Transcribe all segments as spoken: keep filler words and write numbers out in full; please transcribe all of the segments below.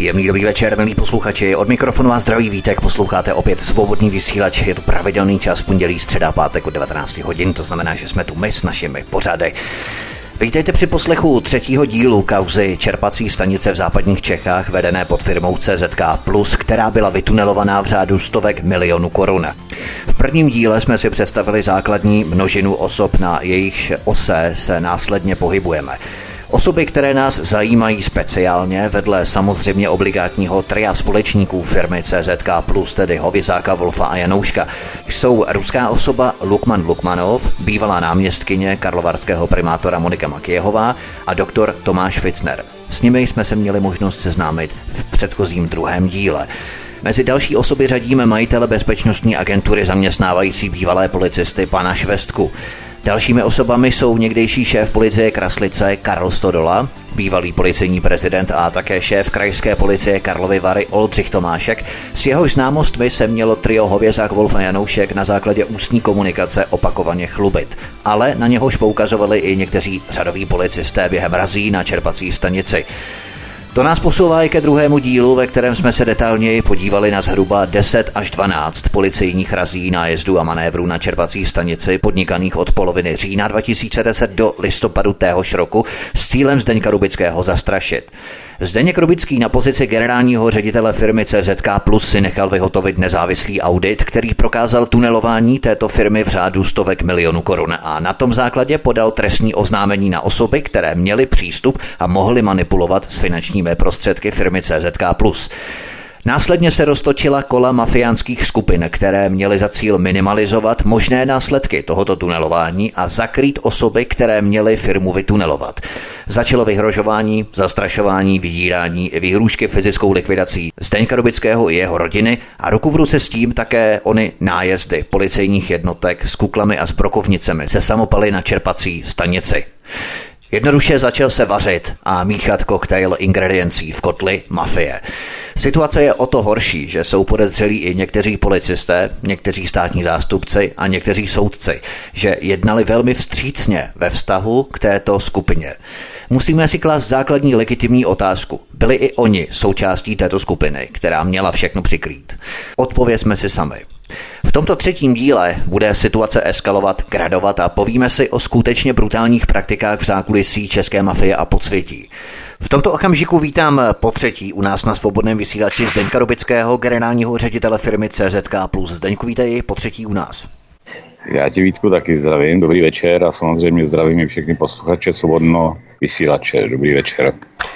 Příjemný dobrý večer, milí posluchači. Od mikrofonu vás zdraví Vítek, posloucháte opět Svobodný vysílač. Je to pravidelný čas, pondělí, středa, pátek od devatenáct hodin, to znamená, že jsme tu my s našimi pořady. Vítejte při poslechu třetího dílu kauzy čerpací stanice v západních Čechách vedené pod firmou C Z K plus, která byla vytunelovaná v řádu stovek milionů korun. V prvním díle jsme si představili základní množinu osob, na jejichž ose se následně pohybujeme. Osoby, které nás zajímají speciálně, vedle samozřejmě obligátního tria společníků firmy C Z K plus, tedy Hovězáka, Wolfa a Janouška, jsou ruská osoba Lukman Lukmanov, bývalá náměstkyně karlovarského primátora Monika Makyjehová a doktor Tomáš Fitzner. S nimi jsme se měli možnost seznámit v předchozím druhém díle. Mezi další osoby řadíme majitele bezpečnostní agentury zaměstnávající bývalé policisty pana Švestku. Dalšími osobami jsou někdejší šéf policie Kraslice Karl Stodola, bývalý policejní prezident a také šéf krajské policie Karlovy Vary Oldřich Tomášek. S jehož známostmi se mělo trio Hovězák, Wolf a Janoušek na základě ústní komunikace opakovaně chlubit. Ale na něhož poukazovali i někteří řadoví policisté během razí na čerpací stanici. To nás posouvá i ke druhému dílu, ve kterém jsme se detailněji podívali na zhruba deset až dvanáct policejních razí, nájezdů a manévrů na čerpací stanici podnikaných od poloviny října dva tisíce deset do listopadu téhož roku s cílem Zdeňka Rubického zastrašit. Zdeněk Rubický na pozici generálního ředitele firmy C Z K plus si nechal vyhotovit nezávislý audit, který prokázal tunelování této firmy v řádu stovek milionů korun a na tom základě podal trestní oznámení na osoby, které měly přístup a mohly manipulovat s finančními prostředky firmy C Z K plus. Následně se roztočila kola mafiánských skupin, které měly za cíl minimalizovat možné následky tohoto tunelování a zakrýt osoby, které měly firmu vytunelovat. Začalo vyhrožování, zastrašování, vydírání i výhrůžky fyzickou likvidací Zdeňka Rubického i jeho rodiny a ruku v ruce s tím také ony nájezdy policejních jednotek s kuklami a s brokovnicemi se samopaly na čerpací stanici. Jednoduše začal se vařit a míchat koktejl ingrediencí v kotli mafie. Situace je o to horší, že jsou podezřelí i někteří policisté, někteří státní zástupci a někteří soudci, že jednali velmi vstřícně ve vztahu k této skupině. Musíme si klást základní legitimní otázku. Byli i oni součástí této skupiny, která měla všechno přikrýt? Odpovězme si sami. V tomto třetím díle bude situace eskalovat, gradovat a povíme si o skutečně brutálních praktikách v zákulisí české mafie a podsvětí. V tomto okamžiku vítám po třetí u nás na Svobodném vysílači Zdeňka Rubického, generálního ředitele firmy C Z K plus. Zdeňku, vítej po třetí u nás. Já tě, Vítku, taky zdravím, dobrý večer a samozřejmě zdravím i všechny posluchače Svobodného vysílače. Dobrý večer.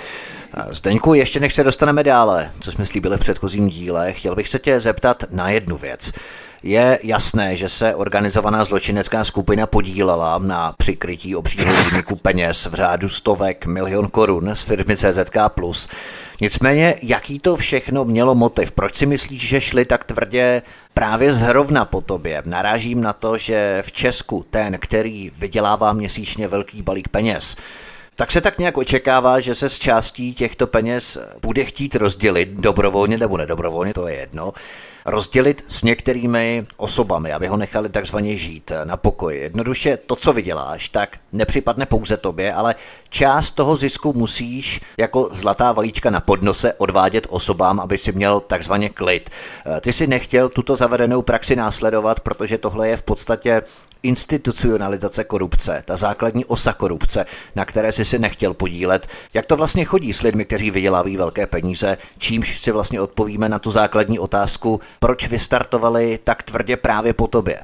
Zdeňku, ještě než se dostaneme dále, co jsme slíbili v předchozím díle, chtěl bych se tě zeptat na jednu věc. Je jasné, že se organizovaná zločinecká skupina podílela na přikrytí obřího úniku peněz v řádu stovek milion korun z firmy C Z K plus. Nicméně, jaký to všechno mělo motiv? Proč si myslíš, že šli tak tvrdě právě zrovna po tobě? Narážím na to, že v Česku ten, který vydělává měsíčně velký balík peněz, tak se tak nějak očekává, že se z částí těchto peněz bude chtít rozdělit dobrovolně nebo nedobrovolně, to je jedno, rozdělit s některými osobami, aby ho nechali takzvaně žít na pokoji. Jednoduše to, co vyděláš, tak nepřipadne pouze tobě, ale část toho zisku musíš jako zlatá valíčka na podnose odvádět osobám, aby si měl takzvaně klid. Ty si nechtěl tuto zavedenou praxi následovat, protože tohle je v podstatě institucionalizace korupce, ta základní osa korupce, na které si si nechtěl podílet. Jak to vlastně chodí s lidmi, kteří vydělávají velké peníze, čímž si vlastně odpovíme na tu základní otázku, proč vystartovali tak tvrdě právě po tobě?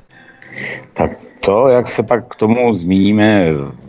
Tak to, jak se pak k tomu zmíníme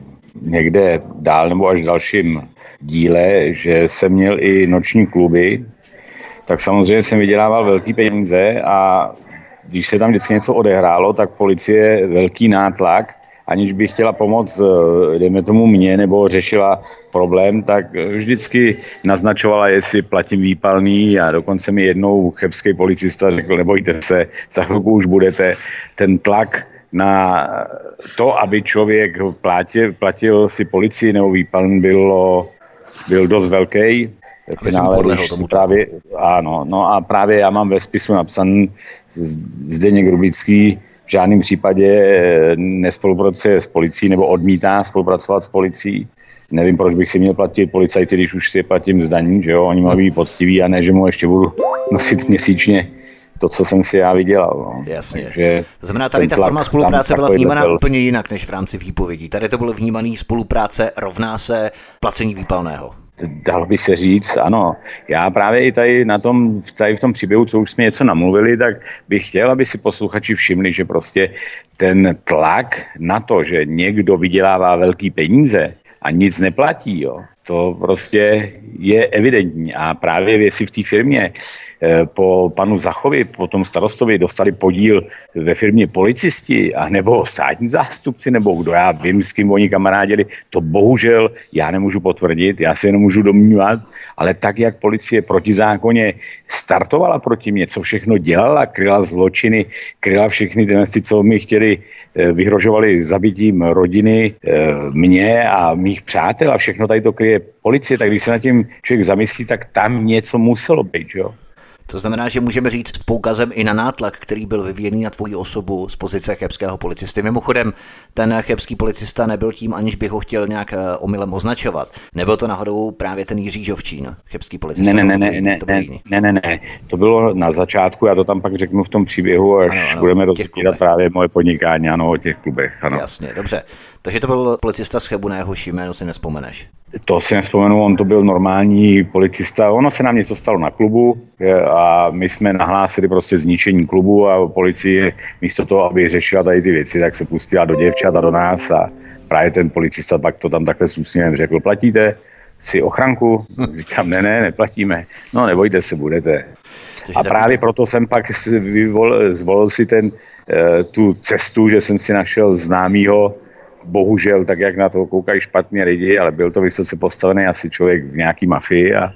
někde dál nebo až v dalším díle, že jsem měl i noční kluby, tak samozřejmě jsem vydělával velký peníze a když se tam vždycky něco odehrálo, tak policie velký nátlak, aniž by chtěla pomoct, dejme tomu mě, nebo řešila problém, tak vždycky naznačovala, jestli platím výpalný a dokonce mi jednou chebský policista řekl, nebojte se, za chvilku už budete. Ten tlak na to, aby člověk platil, platil si policii nebo výpalný, bylo, byl dost velký. Ve finále, právě, ano, no a právě já mám ve spisu napsaný Zdeněk Rubický v žádném případě nespolupracuje s policií nebo odmítá spolupracovat s policií. nevím, proč bych si měl platit policajty, když už si je platím zdaní, že jo, oni mají být poctiví a ne, že mu ještě budu nosit měsíčně to, co jsem si já vydělal. No. Jasně. Takže to znamená, tady ta forma spolupráce byla vnímaná byl... úplně jinak než v rámci výpovědí. Tady to bylo vnímaný spolupráce rovná se placení výpalného. Dalo by se říct, ano. Já právě i tady, na tom, tady v tom příběhu, co už jsme něco namluvili, tak bych chtěl, aby si posluchači všimli, že prostě ten tlak na to, že někdo vydělává velký peníze a nic neplatí, jo, to prostě je evidentní. A právě věci v té firmě po panu Zachovi, po tom starostovi dostali podíl ve firmě policisti a nebo státní zástupci, nebo kdo já vím, s kým oni kamarádili, to bohužel já nemůžu potvrdit, já si jenom můžu domnívat, ale tak, jak policie protizákonně startovala proti mě, co všechno dělala, kryla zločiny, kryla všechny tyhle, co mi chtěli, vyhrožovali zabitím rodiny, mě a mých přátel a všechno tady to kryje policie, tak když se nad tím člověk zamyslí, tak tam něco muselo být, jo. To znamená, že můžeme říct s poukazem i na nátlak, který byl vyvíjený na tvoji osobu z pozice chebského policisty. Mimochodem, ten chebský policista nebyl tím, aniž bych ho chtěl nějak omylem označovat. Nebyl to náhodou právě ten Jiří Žovčín, chebský policista? Ne, ne, ne, ne, ne, ne, ne, ne, to bylo na začátku, já to tam pak řeknu v tom příběhu, až ano, ano, budeme rozvídat právě moje podnikání, ano, o těch klubech, ano. Jasně, dobře. Takže to byl policista z Chebu, na jehož jméno si nespomeneš. To si nespomenu, on to byl normální policista, ono se nám něco stalo na klubu a my jsme nahlásili prostě zničení klubu a policie místo toho, aby řešila tady ty věci, tak se pustila do děvčat a do nás a právě ten policista pak to tam takhle s úsměvem řekl, platíte si ochranku? Říkám, ne, ne, neplatíme. No nebojte se, budete. A právě proto jsem pak vyvol, zvolil si ten, tu cestu, že jsem si našel známýho, bohužel, tak jak na to koukají špatně lidi, ale byl to vysoce postavený asi člověk v nějaký mafii a,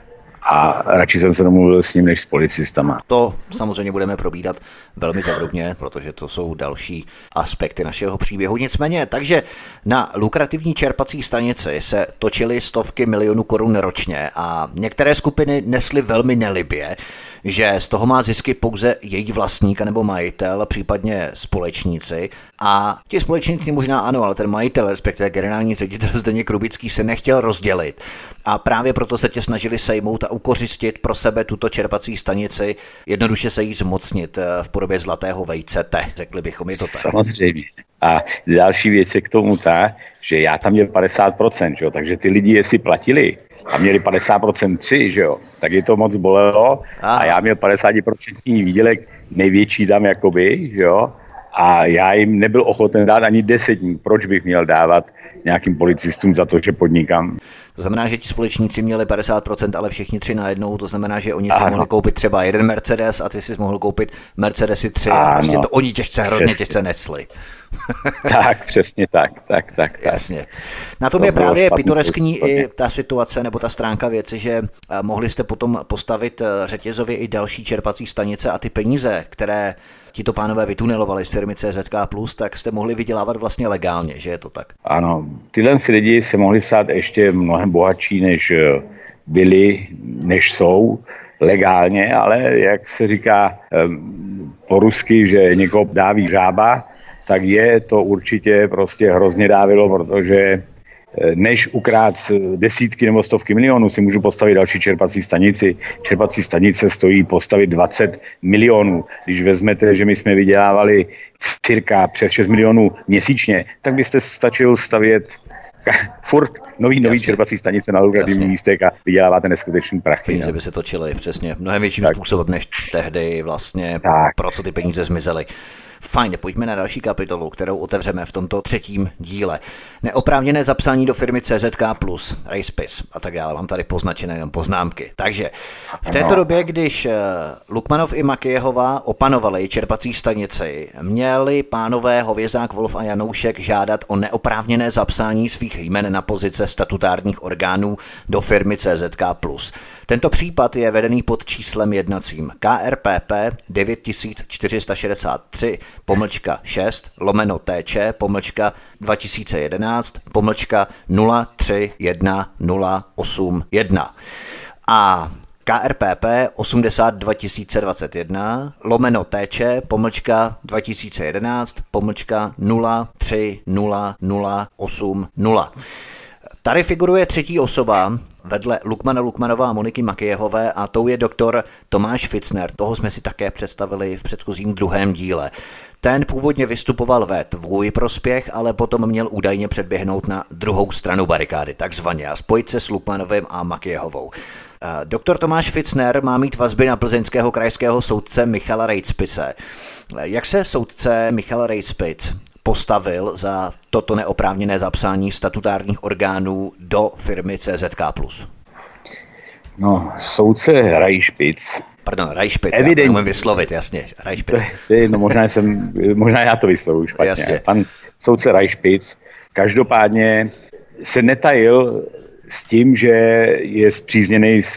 a radši jsem se domluvil s ním než s policistama. To samozřejmě budeme probírat velmi zevrubně, protože to jsou další aspekty našeho příběhu. Nicméně, takže na lukrativní čerpací stanici se točily stovky milionů korun ročně a některé skupiny nesly velmi nelibě, že z toho má zisky pouze její vlastník nebo majitel, případně společníci. A ti společníci možná ano, ale ten majitel, respektive generální ředitel Zdeněk Rubický, se nechtěl rozdělit. A právě proto se tě snažili sejmout a ukořistit pro sebe tuto čerpací stanici, jednoduše se jí zmocnit v podobě zlatého vejcete. Řekli bychom je to tak. Samozřejmě. A další věc je k tomu ta, že já tam měl padesát procent, že jo? Takže ty lidi, jestli platili a měli padesát procent tři, že jo? Tak je to moc bolelo a, a já měl padesát procent výdělek největší tam jakoby, že jo? A já jim nebyl ochoten dát ani desetní. Proč bych měl dávat nějakým policistům za to, že podnikám? To znamená, že ti společníci měli padesát procent, ale všichni tři najednou, to znamená, že oni si ano. mohli koupit třeba jeden Mercedes a ty si mohl koupit Mercedesy tři ano. a prostě to oni těžce, hrozně Přesně. těžce nesli. Tak, přesně tak, tak, tak, tak. Jasně. Na tom to je právě pitoreskní i ta situace nebo ta stránka věci, že mohli jste potom postavit řetězově i další čerpací stanice a ty peníze, které tito pánové vytunelovali z firmy C Z K plus, tak jste mohli vydělávat vlastně legálně, že je to tak? Ano, tyhle si lidi se mohli stát ještě mnohem bohatší, než byli, než jsou legálně, ale jak se říká po rusky, že někoho dáví žába, tak je to určitě prostě hrozně dávilo, protože než ukrát desítky nebo stovky milionů si můžu postavit další čerpací stanici. Čerpací stanice stojí postavit dvacet milionů. Když vezmete, že my jsme vydělávali cirka přes šest milionů měsíčně, tak byste stačil stavět furt nový, nový Jasně. čerpací stanice na lukrativních místech a vyděláváte neskutečný prachy. Peníze by se točily přesně mnohem větším tak. způsobem, než tehdy vlastně, tak. pro co ty peníze zmizely. Fajn, pojďme na další kapitolu, kterou otevřeme v tomto třetím díle. Neoprávněné zapsání do firmy C Z K plus, Rejspis a tak dále. Mám tady poznačené jenom poznámky. Takže v této době, když Lukmanov i Makyjehová opanovali čerpací stanici, měli pánové Hovězák, Wolf a Janoušek žádat o neoprávněné zapsání svých jmen na pozice statutárních orgánů do firmy C Z K plus. Tento případ je vedený pod číslem jednacím K R P P devět tisíc čtyři sta šedesát tři pomlčka šest lomeno T Č pomlčka dva tisíce jedenáct pomlčka nula tři jedna nula osm jedna a K R P P osmdesát dva tisíce dvacet jedna lomeno T Č pomlčka dva tisíce jedenáct pomlčka nula tři nula nula osm nula. Tady figuruje třetí osoba vedle Lukmana Lukmanova a Moniky Makijevové a tou je doktor Tomáš Fitzner. Toho jsme si také představili v předchozím druhém díle. Ten původně vystupoval ve tvůj prospěch, ale potom měl údajně předběhnout na druhou stranu barikády, takzvaně, a spojit se s Lukmanovým a Makijehovou. Doktor Tomáš Fitzner má mít vazby na plzeňského krajského soudce Michala Rejcpice. Jak se soudce Michal Rejcpic postavil za toto neoprávněné zapsání statutárních orgánů do firmy C Z K plus? No, soudce Rejcpic. Pardon, Rejcpic, já to umím vyslovit, jasně, Rejcpic. Ty, no možná, jsem, možná já to vyslovuji špatně. Jasně. Pan soudce Rejcpic každopádně se netajil s tím, že je spřízněný s,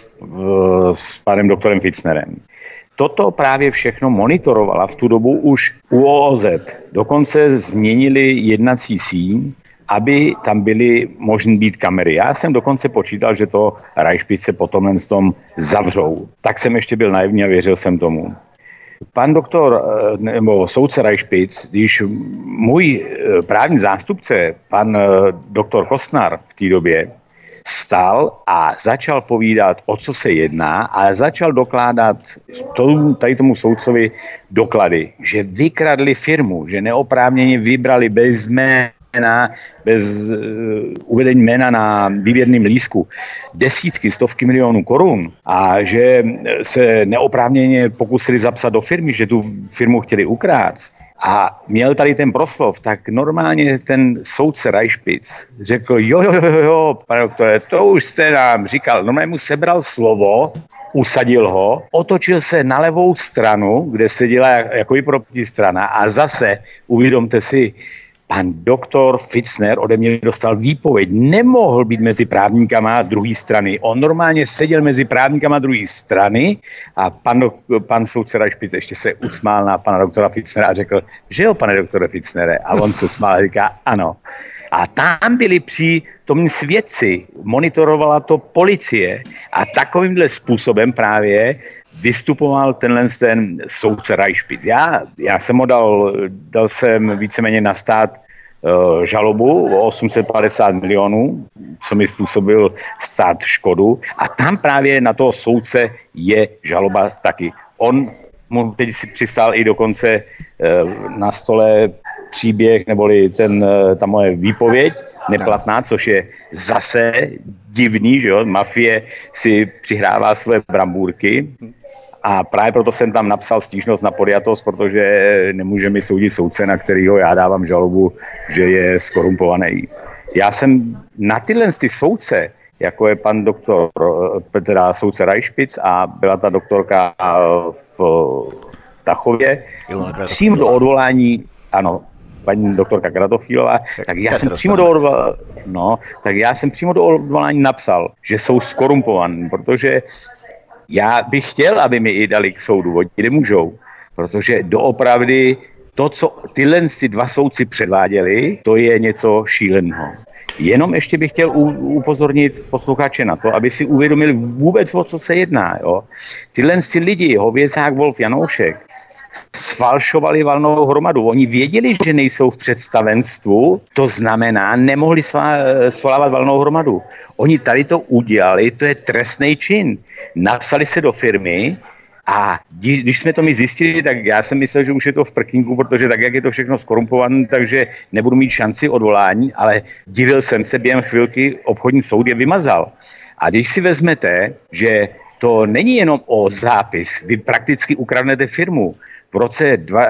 s panem doktorem Fitznerem. Toto právě všechno monitorovala v tu dobu už U O O Z. Dokonce změnili jednací síň, aby tam byly možný být kamery. Já jsem dokonce počítal, že to Rejcpic se potom jen s tom zavřou. Tak jsem ještě byl naivní a věřil jsem tomu. Pan doktor, nebo soudce Rejcpic, když můj právní zástupce, pan doktor Kostnar v té době, stál a začal povídat, o co se jedná, ale začal dokládat tomu, tady tomu soudcovi doklady, že vykradli firmu, že neoprávněně vybrali bez jména, bez uh, uvedení jména na výběrném lístku desítky, stovky milionů korun a že se neoprávněně pokusili zapsat do firmy, že tu firmu chtěli ukrást. A měl tady ten proslov, tak normálně ten soudce Rejcpic řekl, jo, jo, jo, jo, pane doktore, to už jste nám říkal. Normálně mu sebral slovo, usadil ho, otočil se na levou stranu, kde seděla jako i protistrana a zase, uvědomte si, pan doktor Fitzner ode mě dostal výpověď. Nemohl být mezi právníkama druhé strany. On normálně seděl mezi právníkama druhé strany a pan, pan soudce Rejcpic ještě se usmál na pana doktora Fitznera a řekl, že jo, pane doktore Fitznere. A on se smál a říká, ano. A tam byli při tom svědci, monitorovala to policie a takovýmhle způsobem právě vystupoval tenhle ten soudce Rejcpic. Já, já jsem ho dal, dal jsem víceméně na stát uh, žalobu o osm set padesát milionů, co mi způsobil stát škodu a tam právě na toho soudce je žaloba taky. On mu teď si přistál i dokonce uh, na stole příběh, neboli ten, ta moje výpověď neplatná, což je zase divný, že jo, mafie si přihrává své brambůrky a právě proto jsem tam napsal stížnost na podjatost, protože nemůže mi soudit soudce, na kterýho já dávám žalobu, že je skorumpovaný. Já jsem na tyhle ty soudce, jako je pan doktor, teda soudce Rejcpic a byla ta doktorka v, v Tachově, přímo do odvolání, ano, paní doktorka Kratochvílová, tak já jsem přímo do odvolání, no, tak já jsem přímo do odvolání napsal, že jsou skorumpovaní, protože já bych chtěl, aby mi i dali k soudu, oni nemůžou, protože doopravdy to, co tyhle ty dva soudci předváděli, to je něco šíleného. Jenom ještě bych chtěl upozornit posluchače na to, aby si uvědomili vůbec, o co se jedná. Jo. Tyhle ty lidi, Hovězák, Wolf, Janoušek, sfalšovali valnou hromadu. Oni věděli, že nejsou v představenstvu, to znamená, nemohli svolávat valnou hromadu. Oni tady to udělali, to je trestný čin. Napsali se do firmy a když jsme to my zjistili, tak já jsem myslel, že už je to v prkínku, protože tak, jak je to všechno skorumpované, takže nebudu mít šanci odvolání, ale divil jsem se, během chvilky obchodní soud je vymazal. A když si vezmete, že to není jenom o zápis, vy prakticky ukradnete firmu. V roce dva,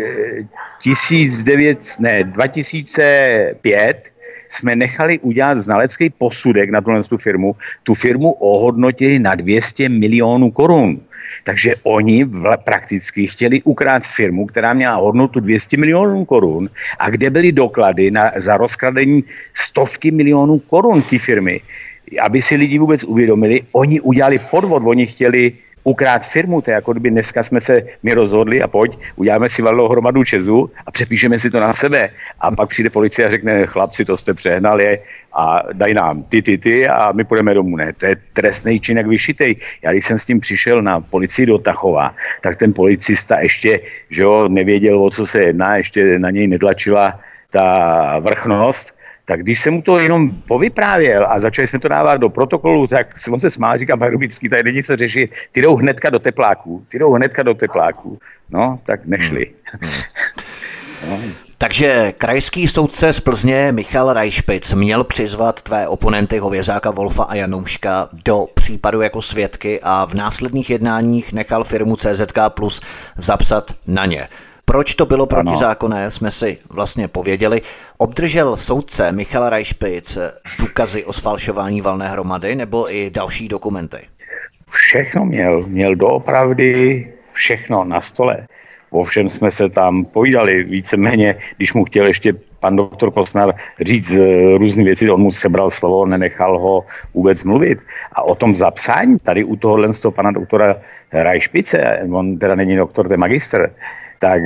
tisíc devět set, ne, dva tisíce pět jsme nechali udělat znalecký posudek na tuhle tu firmu. Tu firmu ohodnotili na dvě stě milionů korun. Takže oni vl- prakticky chtěli ukrást firmu, která měla hodnotu dvě stě milionů korun a kde byly doklady na, za rozkradení stovky milionů korun té firmy. Aby si lidi vůbec uvědomili, oni udělali podvod, oni chtěli ukrát firmu, to je jako kdyby dneska jsme se my rozhodli a pojď, uděláme si valnou hromadu česu a přepíšeme si to na sebe. A pak přijde policie a řekne, chlapci, to jste přehnali a daj nám ty, ty, ty a my půjdeme domů. Ne, to je trestný čin jak vyšitej. Já když jsem s tím přišel na policii do Tachova, tak ten policista ještě, že jo, nevěděl, o co se jedná, ještě na něj netlačila ta vrchnost, tak když jsem mu to jenom povyprávěl a začali jsme to dávat do protokolu, tak on se smál, říkám, Pardubický, tady není co řešit, ty jdou hnedka do tepláků, ty jdou hnedka do tepláků. No, tak nešli. Hmm. Hmm. no. Takže krajský soudce z Plzně Michal Rajšpic měl přizvat tvé oponenty Hovězáka, Wolfa a Janouška do případu jako svědky a v následných jednáních nechal firmu C Z K Plus zapsat na ně. Proč to bylo protizákonné, jsme si vlastně pověděli. Obdržel soudce Michal Rajšpic důkazy o sfalšování valné hromady nebo i další dokumenty? Všechno měl. Měl doopravdy všechno na stole. Ovšem jsme se tam povídali víceméně, když mu chtěl ještě pan doktor Kostnar říct různé věci, on mu sebral slovo, nenechal ho vůbec mluvit. A o tom zapsání tady u tohohle z toho pana doktora Rajšpice, on teda není doktor, to je magistr, tak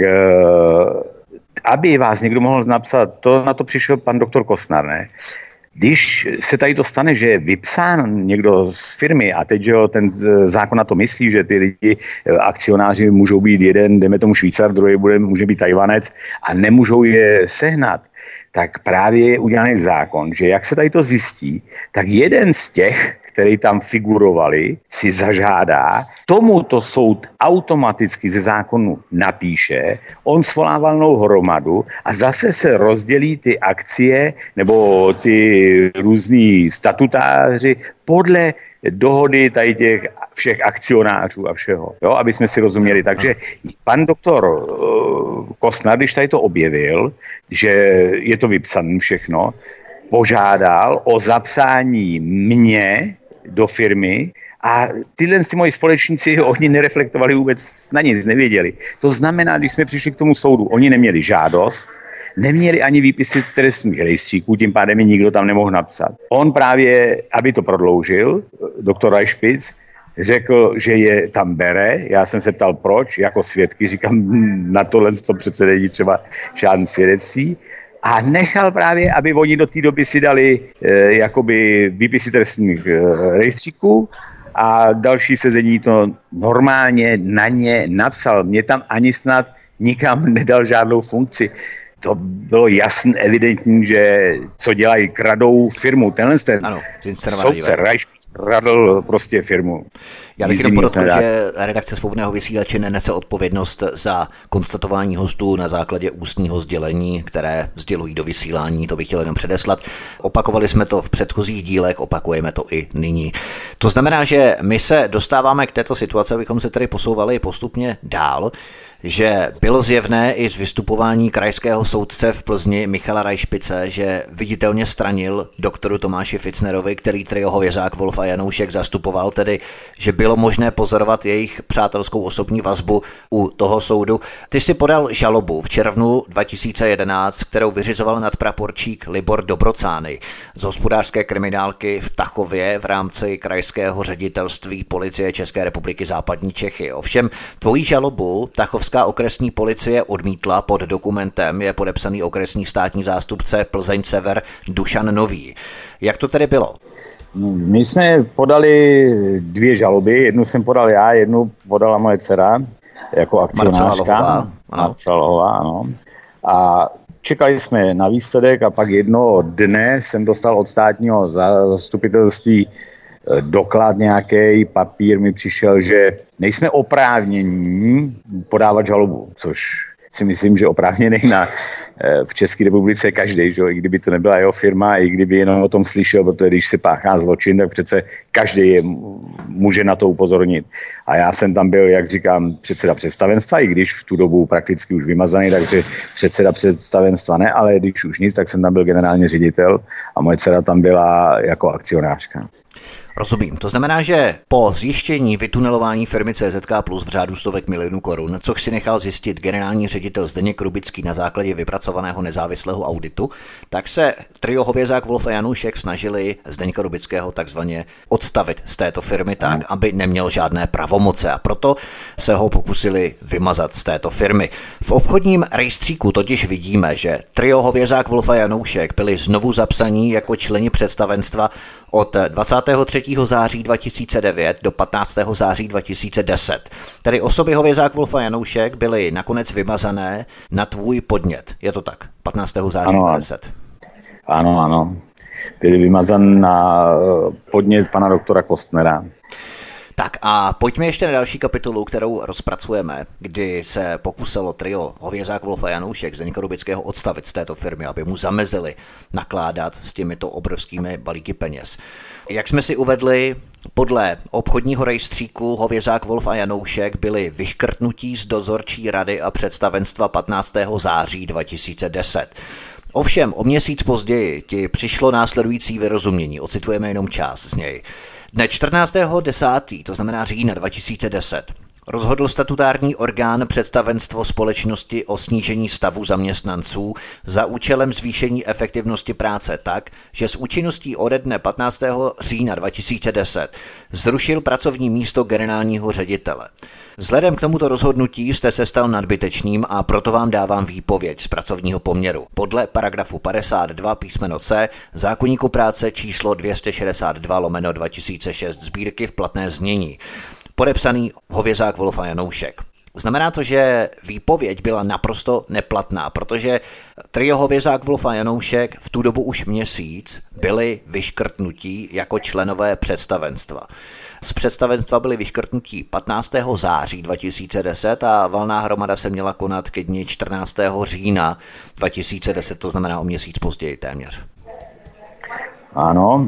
aby vás někdo mohl napsat, to na to přišel pan doktor Kostnar, ne? Když se tady to stane, že je vypsán někdo z firmy a teď, že jo, ten zákon na to myslí, že ty lidi, akcionáři můžou být jeden, dejme tomu Švýcar, druhý bude, může být Tajvanec a nemůžou je sehnat, tak právě je udělaný zákon, že jak se tady to zjistí, tak jeden z těch, který tam figurovali, si zažádá, tomuto soud automaticky ze zákonu napíše, on svolá valnou hromadu a zase se rozdělí ty akcie nebo ty různý statutáři podle dohody tady těch všech akcionářů a všeho, jo, aby jsme si rozuměli. Takže pan doktor uh, Kostnar, když tady to objevil, že je to vypsané všechno, požádal o zapsání mě do firmy a tyhle ty moji společníci, oni nereflektovali vůbec na nic, nevěděli. To znamená, když jsme přišli k tomu soudu, oni neměli žádost, neměli ani výpisy trestních rejstříků, tím pádem mi nikdo tam nemohl napsat. On právě, aby to prodloužil, doktor Rajšpic, řekl, že je tam bere, já jsem se ptal proč, jako svědky, říkám, na tohle to přece není třeba žádný svědectví, a nechal právě, aby oni do té doby si dali e, jakoby výpisy trestních e, rejstříků a další sezení to normálně na ně napsal. Mě tam ani snad nikam nedal žádnou funkci. To bylo jasně evidentní, že co dělají, kradou firmu. Tenhle ten ano, soudce Rajšpic kradl prostě firmu. Já bych jenom podotkl, že redakce Svobodného vysílače nenese odpovědnost za konstatování hostů na základě ústního sdělení, které sdělují do vysílání, to bych chtěl jenom předeslat. Opakovali jsme to v předchozích dílech, opakujeme to i nyní. To znamená, že my se dostáváme k této situaci, abychom se tedy posouvali postupně dál, že bylo zjevné i z vystupování krajského soudce v Plzni Michala Rajšpice, že viditelně stranil doktoru Tomáši Fitznerovi, který trio Hovězák, Wolf a Janoušek zastupoval, tedy že bylo možné pozorovat jejich přátelskou osobní vazbu u toho soudu. Ty si podal žalobu v červnu dva tisíce jedenáct, kterou vyřizoval nadpraporčík Libor Dobrocány z hospodářské kriminálky v Tachově v rámci krajského ředitelství Policie České republiky Západní Čechy. Ovšem tvojí žalobu Tachovská okresní policie odmítla, pod dokumentem je podepsaný okresní státní zástupce Plzeň Sever Dušan Nový. Jak to tedy bylo? My jsme podali dvě žaloby, jednu jsem podal já, jednu podala moje dcera jako akcionářka. Marcela Lohová, ano. A čekali jsme na výsledek a pak jednoho dne jsem dostal od státního zastupitelství doklad, nějaký papír mi přišel, že nejsme oprávnění podávat žalobu, což si myslím, že oprávněný na, v České republice každý, že? I kdyby to nebyla jeho firma, i kdyby jenom o tom slyšel, protože když se páchá zločin, tak přece každý je, může na to upozornit. A já jsem tam byl, jak říkám, předseda představenstva, i když v tu dobu prakticky už vymazaný, takže předseda představenstva ne, ale když už nic, tak jsem tam byl generální ředitel a moje dcera tam byla jako akcionářka. Rozumím. To znamená, že po zjištění vytunelování firmy C Z K Plus v řádu stovek milionů korun, což si nechal zjistit generální ředitel Zdeněk Rubický na základě vypracovaného nezávislého auditu, tak se trio Hovězák, Wolf a Janoušek snažili Zdeňka Rubického takzvaně odstavit z této firmy tak, aby neměl žádné pravomoce a proto se ho pokusili vymazat z této firmy. V obchodním rejstříku totiž vidíme, že trio Hovězák, Wolf a Janoušek byli znovu zapsaní jako členi představenstva od dvacátého třetího září dva tisíce devět do patnáctého září dva tisíce deset. Tedy osoby Hovězák, Wolf a Janoušek byly nakonec vymazané na tvůj podnět. Je to tak? patnáctého září dva tisíce deset. Ano, ano. Byli vymazan na podnět pana doktora Kostnera. Tak a pojďme ještě na další kapitolu, kterou rozpracujeme, kdy se pokusilo trio Hověřák, Wolf a Janoušek Zdeňka Rubického odstavit z této firmy, aby mu zamezili nakládat s těmito obrovskými balíky peněz. Jak jsme si uvedli, podle obchodního rejstříku Hověřák, Wolf a Janoušek byli vyškrtnutí z dozorčí rady a představenstva patnáctého září dva tisíce deset. Ovšem, o měsíc později ti přišlo následující vyrozumění, ocitujeme jenom část z něj. Dne čtrnáctého desátého, to znamená října dva tisíce deset, rozhodl statutární orgán představenstvo společnosti o snížení stavu zaměstnanců za účelem zvýšení efektivnosti práce tak, že s účinností ode dne patnáctého října dva tisíce deset zrušil pracovní místo generálního ředitele. Vzhledem k tomuto rozhodnutí jste se stal nadbytečným a proto vám dávám výpověď z pracovního poměru. Podle paragrafu padesát dva písmeno C zákoníku práce číslo dvě stě šedesát dva lomeno dva tisíce šest sbírky v platné znění. Podepsaný Hověřák, Wolf a Janoušek. Znamená to, že výpověď byla naprosto neplatná, protože trio Hověřák, Wolf a Janoušek v tu dobu už měsíc byli vyškrtnutí jako členové představenstva. Z představenstva byli vyškrtnutí patnáctého září dva tisíce deset a valná hromada se měla konat ke dni čtrnáctého října dva tisíce deset, to znamená o měsíc později téměř. Ano.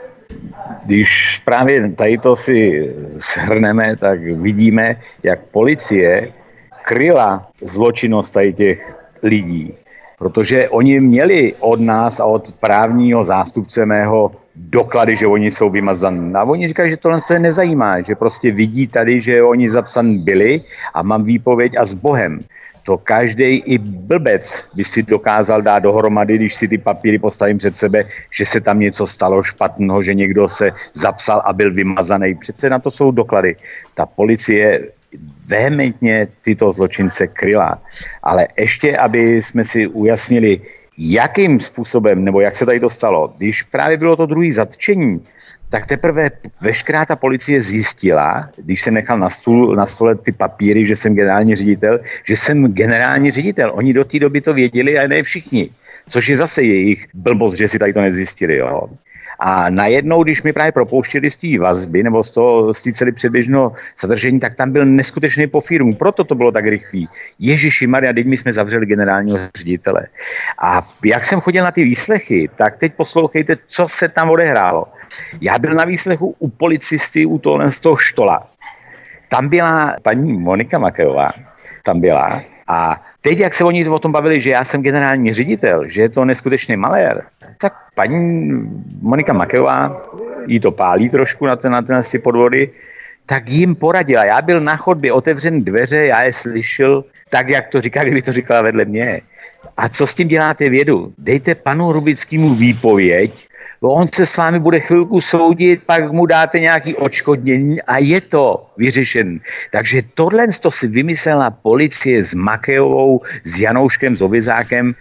Když právě tady to si shrneme, tak vidíme, jak policie kryla zločinnost tady těch lidí. Protože oni měli od nás a od právního zástupce mého doklady, že oni jsou vymazaní. A oni říkají, že tohle je nezajímá, že prostě vidí tady, že oni zapsaní byli a mám výpověď a s Bohem. To každý i blbec by si dokázal dát dohromady, když si ty papíry postavím před sebe, že se tam něco stalo špatného, že někdo se zapsal a byl vymazaný. Přece na to jsou doklady. Ta policie vehementně tyto zločince kryla. Ale ještě, aby jsme si ujasnili, jakým způsobem, nebo jak se tady to stalo. Když právě bylo to druhé zatčení, tak teprve veškerá ta policie zjistila, když jsem nechal na, stůl, na stole ty papíry, že jsem generální ředitel, že jsem generální ředitel. Oni do té doby to věděli, ale ne všichni. Což je zase jejich blbost, že si tady to nezjistili. Jo. A najednou, když mi právě propouštěli z té vazby nebo z toho, z té celé předběžného zadržení, tak tam byl neskutečný pofírum. Proto to bylo tak rychlý. Ježiši Maria, teď my jsme zavřeli generálního ředitele. A jak jsem chodil na ty výslechy, tak teď poslouchejte, co se tam odehrálo. Já byl na výslechu u policisty, u tohle z toho Štola. Tam byla paní Monika Makejová, tam byla. A teď, jak se oni o tom bavili, že já jsem generální ředitel, že je to neskutečný malér, tak paní Monika Makejová, jí to pálí trošku na, ten, na ten ty podvody, tak jim poradila. Já byl na chodbě, otevřen dveře, já je slyšel, tak jak to říká, kdyby to říkala vedle mě. A co s tím děláte vědu? Dejte panu Rubickému výpověď, on se s vámi bude chvilku soudit, pak mu dáte nějaký odškodnění a je to vyřešen. Takže tohle to si vymyslela policie s Makejovou, s Janouškem, s Hovězákem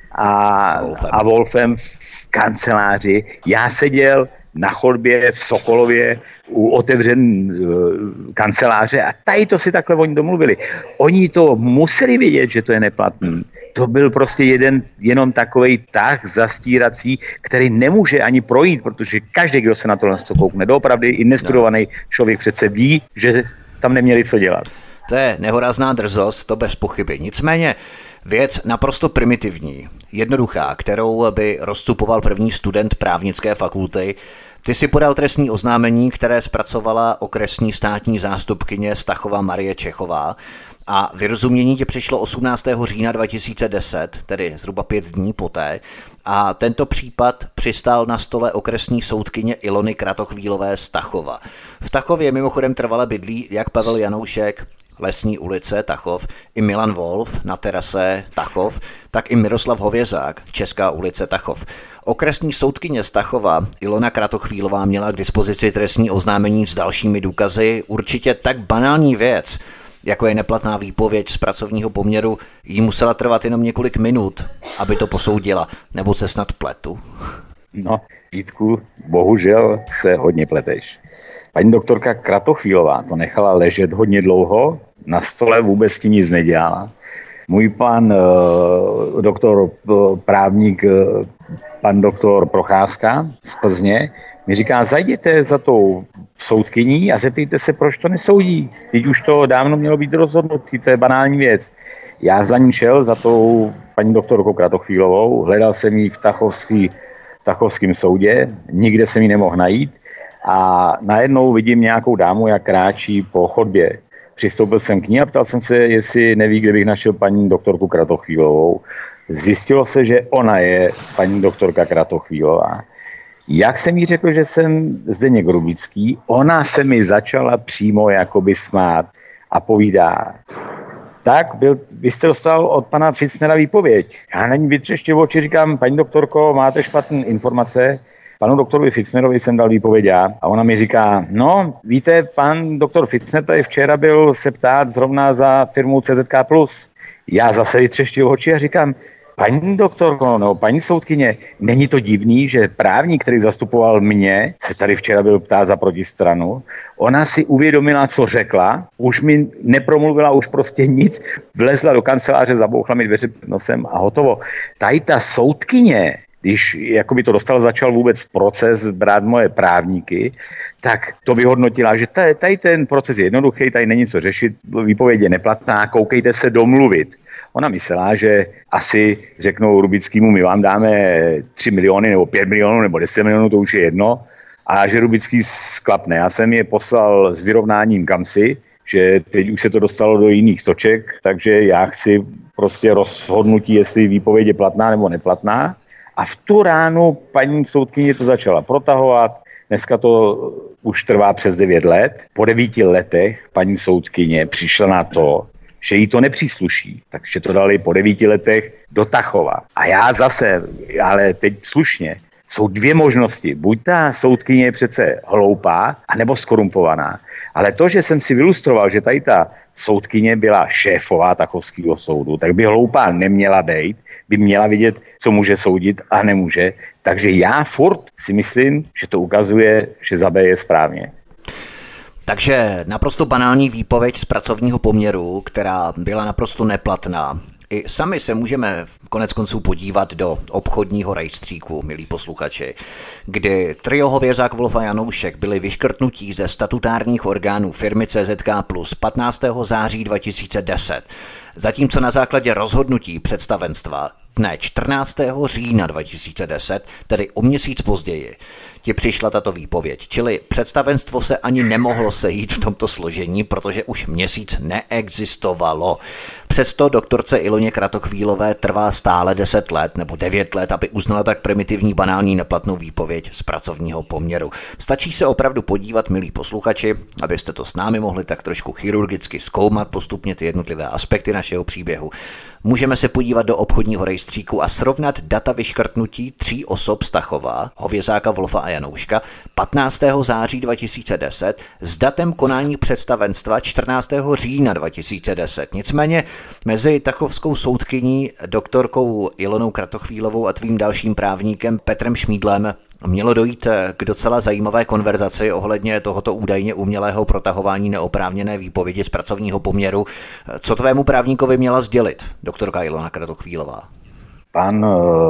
a, Wolfem. a Wolfem v kanceláři. Já seděl na chodbě v Sokolově u otevřen uh, kanceláře a tady to si takhle oni domluvili. Oni to museli vědět, že to je neplatný. To byl prostě jeden, jenom takovej tah zastírací, který nemůže ani projít, protože každý, kdo se na tohle koukne, doopravdy i nestudovaný člověk přece ví, že tam neměli co dělat. To je nehorázná drzost, to bez pochyby. Nicméně věc naprosto primitivní, jednoduchá, kterou by rozstupoval první student právnické fakulty. Ty si podal trestní oznámení, které zpracovala okresní státní zástupkyně Stachova Marie Čechová a vyrozumění ti přišlo osmnáctého října dva tisíce deset, tedy zhruba pět dní poté, a tento případ přistál na stole okresní soudkyně Ilony Kratochvílové Stachova. V Tachově mimochodem trvale bydlí jak Pavel Janoušek, Lesní ulice Tachov, i Milan Wolf na terase Tachov, tak i Miroslav Hovězák, Česká ulice Tachov. Okresní soudkyně Stachova Ilona Kratochvílová měla k dispozici trestní oznámení s dalšími důkazy, určitě tak banální věc, jako je neplatná výpověď z pracovního poměru, jí musela trvat jenom několik minut, aby to posoudila, nebo se snad pletu. No, Vítku, bohužel se hodně pleteš. Paní doktorka Kratochvílová to nechala ležet hodně dlouho, na stole vůbec s tím nic nedělala. Můj pan uh, doktor uh, právník uh, pan doktor Procházka z Plzně mi říká, zajděte za tou soudkyní a zeptejte se, proč to nesoudí. Teď už to dávno mělo být rozhodnutý, to je banální věc. Já za ní šel, za tou paní doktorkou Kratochvílovou, hledal jsem ji v Tachovský, v Tachovském soudě, nikde jsem ji nemohl najít a najednou vidím nějakou dámu, jak kráčí po chodbě. Přistoupil jsem k ní a ptal jsem se, jestli neví, kde bych našel paní doktorku Kratochvílovou. Zjistilo se, že ona je paní doktorka Kratochvílová. Jak jsem jí řekl, že jsem Zdeněk Hrubický, ona se mi začala přímo jakoby smát a povídá, tak byl, vy jste dostal od pana Fitznera výpověď. Já na ní vytřeštil oči, říkám, paní doktorko, máte špatné informace, panu doktorovi Fitznerovi jsem dal výpověď já. A ona mi říká, no víte, pan doktor Fitzner tady včera byl se ptát zrovna za firmu C Z K plus. Já zase vytřeštil oči a říkám, paní doktorko, no, paní soudkyně, není to divný, že právník, který zastupoval mě, se tady včera byl ptát za protistranu. Ona si uvědomila, co řekla, už mi nepromluvila už prostě nic, vlezla do kanceláře, zabouchla mi dveře před nosem a hotovo. Tady ta soudkyně, když jakoby to dostal, začal vůbec proces brát moje právníky, tak to vyhodnotila, že tady, tady ten proces je jednoduchý, tady není co řešit, výpověď je neplatná, koukejte se domluvit. Ona myslela, že asi řeknou Hrubickýmu, my vám dáme tři miliony nebo pět milionů nebo deset milionů, to už je jedno, a že Hrubický sklapne. Já jsem je poslal s vyrovnáním kamsi, že teď už se to dostalo do jiných toček, takže já chci prostě rozhodnutí, jestli výpověď je platná nebo neplatná. A v tu ránu paní soudkyně to začala protahovat. Dneska to už trvá přes devět let. Po devíti letech paní soudkyně přišla na to, že jí to nepřísluší. Takže to dali po devíti letech do Tachova. A já zase, ale teď slušně, jsou dvě možnosti. Buď ta soudkyně je přece hloupá, anebo skorumpovaná. Ale to, že jsem si vylustroval, že tady ta soudkyně byla šéfová Tachovského soudu, tak by hloupá neměla být, by měla vidět, co může soudit a nemůže. Takže já furt si myslím, že to ukazuje, že za B je správně. Takže naprosto banální výpověď z pracovního poměru, která byla naprosto neplatná. I sami se můžeme konec konců podívat do obchodního rejstříku, milí posluchači, kdy trio Hovězák, Wolf a Janoušek byli vyškrtnutí ze statutárních orgánů firmy C Z K plus patnáctého září dva tisíce deset, zatímco na základě rozhodnutí představenstva dne čtrnáctého října dva tisíce deset, tedy o měsíc později, ti přišla tato výpověď. Čili představenstvo se ani nemohlo sejít v tomto složení, protože už měsíc neexistovalo. Přesto doktorce Iloně Kratochvílové trvá stále deset let nebo devět let, aby uznala tak primitivní, banální, neplatnou výpověď z pracovního poměru. Stačí se opravdu podívat, milí posluchači, abyste to s námi mohli tak trošku chirurgicky zkoumat postupně ty jednotlivé aspekty našeho příběhu. Můžeme se podívat do obchodního rejstříku a srovnat data vyškrtnutí tří osob z Tachova, Hovězáka, Wolfa a Janouška, patnáctého září dva tisíce deset s datem konání představenstva čtrnáctého října dva tisíce deset. Nicméně mezi tachovskou soudkyní doktorkou Ilonou Kratochvílovou a tvým dalším právníkem Petrem Šmídlem mělo dojít k docela zajímavé konverzaci ohledně tohoto údajně umělého protahování neoprávněné výpovědi z pracovního poměru. Co tvému právníkovi měla sdělit doktorka Ilona Kratochvílová? Pan,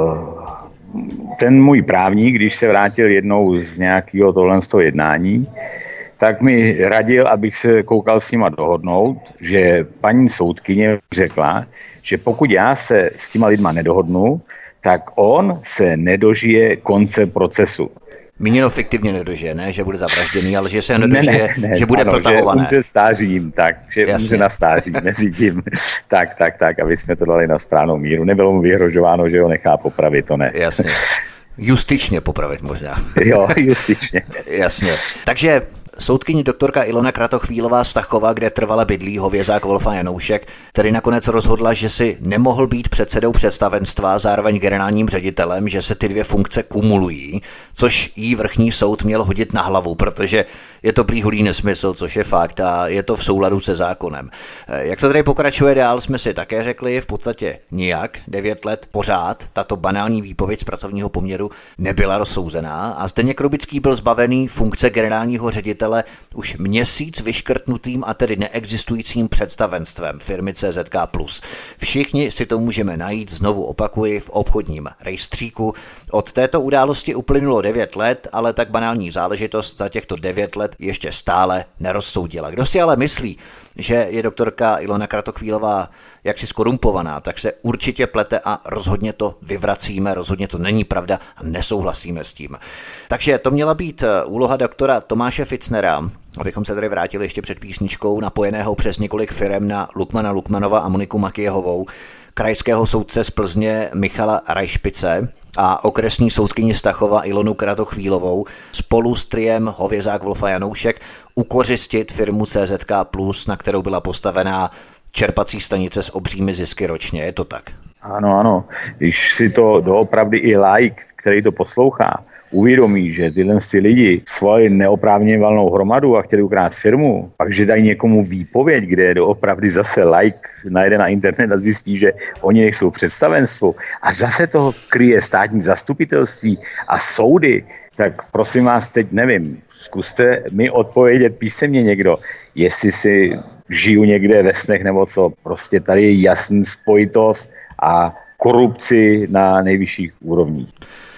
ten můj právník, když se vrátil jednou z nějakého tohle z toho jednání, tak mi radil, abych se koukal s nima dohodnout, že paní soudkyně řekla, že pokud já se s těma lidma nedohodnu, tak on se nedožije konce procesu. Míněno fiktivně nedožije, ne, že bude zavražděný, ale že se nedožije, ne, ne, ne, že bude ano, protahované. Že umře stářím, tak, že Jasně. umře na stáří mezi tím. tak, tak, tak, aby jsme to dali na správnou míru. Nebylo mu vyhrožováno, že ho nechá popravit, to ne. Jasně. Justičně popravit možná. Jo, justičně. Jasně. Takže soudkyní doktorka Ilona Kratochvílová z Tachova, kde trvale bydlí Hovězák, Wolf a Janoušek, tedy nakonec rozhodla, že si nemohl být předsedou představenstva, zároveň generálním ředitelem, že se ty dvě funkce kumulují, což jí vrchní soud měl hodit na hlavu, protože je to prý hulý nesmysl, což je fakt a je to v souladu se zákonem. Jak to tady pokračuje dál, jsme si také řekli, v podstatě nijak, devět let pořád tato banální výpověď z pracovního poměru nebyla rozsouzená a Zdeněk Hrubický byl zbavený funkce generálního ředitele ředitele už měsíc vyškrtnutým a tedy neexistujícím představenstvem firmy C Z K plus. Všichni si to můžeme najít, znovu opakuji, v obchodním rejstříku. Od této události uplynulo devět let, ale tak banální záležitost za těchto devět let ještě stále nerozsoudila. Kdo si ale myslí, že je doktorka Ilona Kratochvílová jaksi skorumpovaná, tak se určitě plete a rozhodně to vyvracíme, rozhodně to není pravda a nesouhlasíme s tím. Takže to měla být úloha doktora Tomáše Fitznera, abychom se tady vrátili ještě před písničkou, napojeného přes několik firem na Lukmana Lukmanova a Moniku Makyjehovou, krajského soudce z Plzně Michala Rajšpice a okresní soudkyni Stachova Ilonu Kratochvílovou spolu s triem Hovězák, Wolf a Janoušek ukořistit firmu C Z K plus, na kterou byla postavená čerpací stanice s obřími zisky ročně. Je to tak? Ano, ano. Když si to doopravdy i laik, který to poslouchá, uvědomí, že tyhle ty lidi svoji neoprávněně valnou hromadu a chtěli ukrást firmu, pak že dají někomu výpověď, kde je doopravdy zase laik najde na internet a zjistí, že oni nejsou představenstvo a zase toho kryje státní zastupitelství a soudy, tak prosím vás, teď nevím, zkuste mi odpovědět písemně někdo, jestli si žiju někde ve snech nebo co. Prostě tady je jasný spojitost a korupci na nejvyšších úrovních.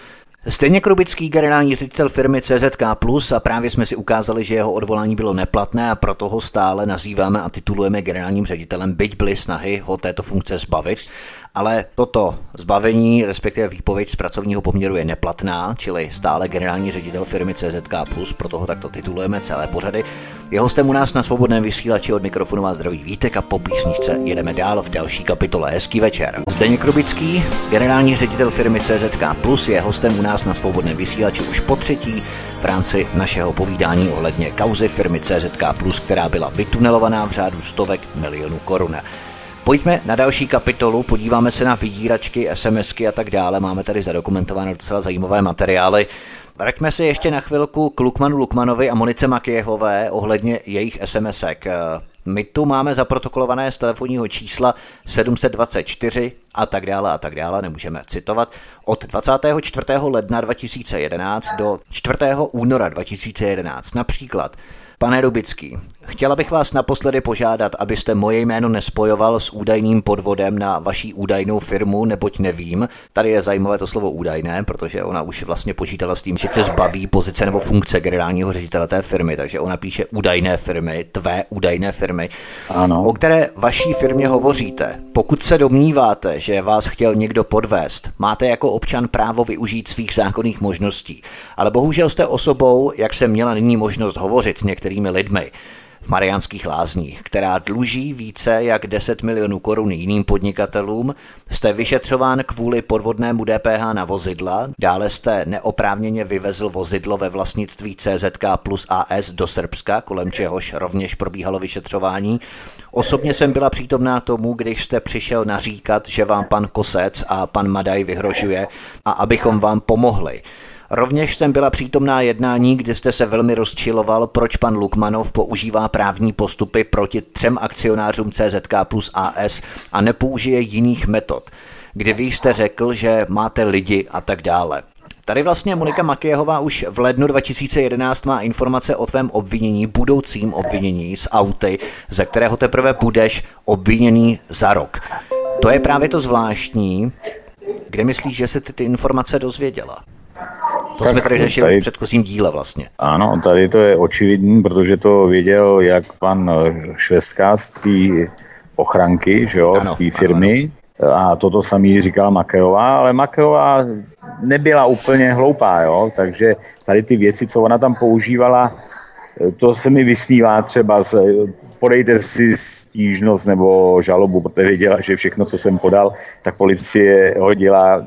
Stejně Krubický, generální ředitel firmy C Z K plus, a právě jsme si ukázali, že jeho odvolání bylo neplatné a proto ho stále nazýváme a titulujeme generálním ředitelem, byť byly snahy ho této funkce zbavit. Ale toto zbavení, respektive výpověď z pracovního poměru je neplatná, čili stále generální ředitel firmy C Z K plus, proto ho takto titulujeme celé pořady. Je hostem u nás na Svobodném vysílači, od mikrofonu vás zdraví Vítek a po písničce jedeme dál v další kapitole. Hezký večer. Zdeněk Krubický, generální ředitel firmy C Z K plus, je hostem u nás na Svobodném vysílači už po třetí v rámci našeho povídání ohledně kauzy firmy C Z K plus, která byla vytunelovaná v řádu stovek milionů korun. Pojďme na další kapitolu, podíváme se na vydíračky, SMSky a tak dále. Máme tady zadokumentované docela zajímavé materiály. Vraťme se ještě na chvilku k Lukmanu Lukmanovi a Monice Makyjehové ohledně jejich SMSek. My tu máme zaprotokolované z telefonního čísla sedm set dvacet čtyři a tak dále a tak dále, nemůžeme citovat, od dvacátého čtvrtého ledna dva tisíce jedenáct do čtvrtého února dva tisíce jedenáct. Například: Pane Rubický, chtěla bych vás naposledy požádat, abyste moje jméno nespojoval s údajným podvodem na vaší údajnou firmu, neboť nevím. Tady je zajímavé to slovo údajné, protože ona už vlastně počítala s tím, že tě zbaví pozice nebo funkce generálního ředitele té firmy, takže ona píše údajné firmy, tvé údajné firmy, ano. O které vaší firmě hovoříte. Pokud se domníváte, že vás chtěl někdo podvést, máte jako občan právo využít svých zákonných možností, ale bohužel jste osobou, jak jsem měla nyní možnost hovořit s některými lidmi v Mariánských Lázních, která dluží více jak deset milionů korun jiným podnikatelům, jste vyšetřován kvůli podvodnému D P H na vozidla, dále jste neoprávněně vyvezl vozidlo ve vlastnictví C Z K plus A S do Srbska, kolem čehož rovněž probíhalo vyšetřování. Osobně jsem byla přítomná tomu, když jste přišel naříkat, že vám pan Kosec a pan Madaj vyhrožuje a abychom vám pomohli. Rovněž jsem byla přítomná jednání, kde jste se velmi rozčiloval, proč pan Lukmanov používá právní postupy proti třem akcionářům C Z K plus A S a nepoužije jiných metod, kdy vy jste řekl, že máte lidi a tak dále. Tady vlastně Monika Makyjehová už v lednu dva tisíce jedenáct má informace o tvém obvinění, budoucím obvinění z auty, ze kterého teprve budeš obviněný za rok. To je právě to zvláštní. Kde myslíš, že se ty, ty informace dozvěděla? To tak jsme tady řešili tady, v předchozím díle vlastně. Ano, tady to je očividný, protože to věděl jak pan Švestka z té ochranky, že jo, ano, z té firmy. Ano, ano. A toto samý říkala Makyjevá, ale Makyjevá nebyla úplně hloupá, jo, takže tady ty věci, co ona tam používala, to se mi vysmívá třeba z, podejte si stížnost nebo žalobu, protože věděla, že všechno, co jsem podal, tak policie hodila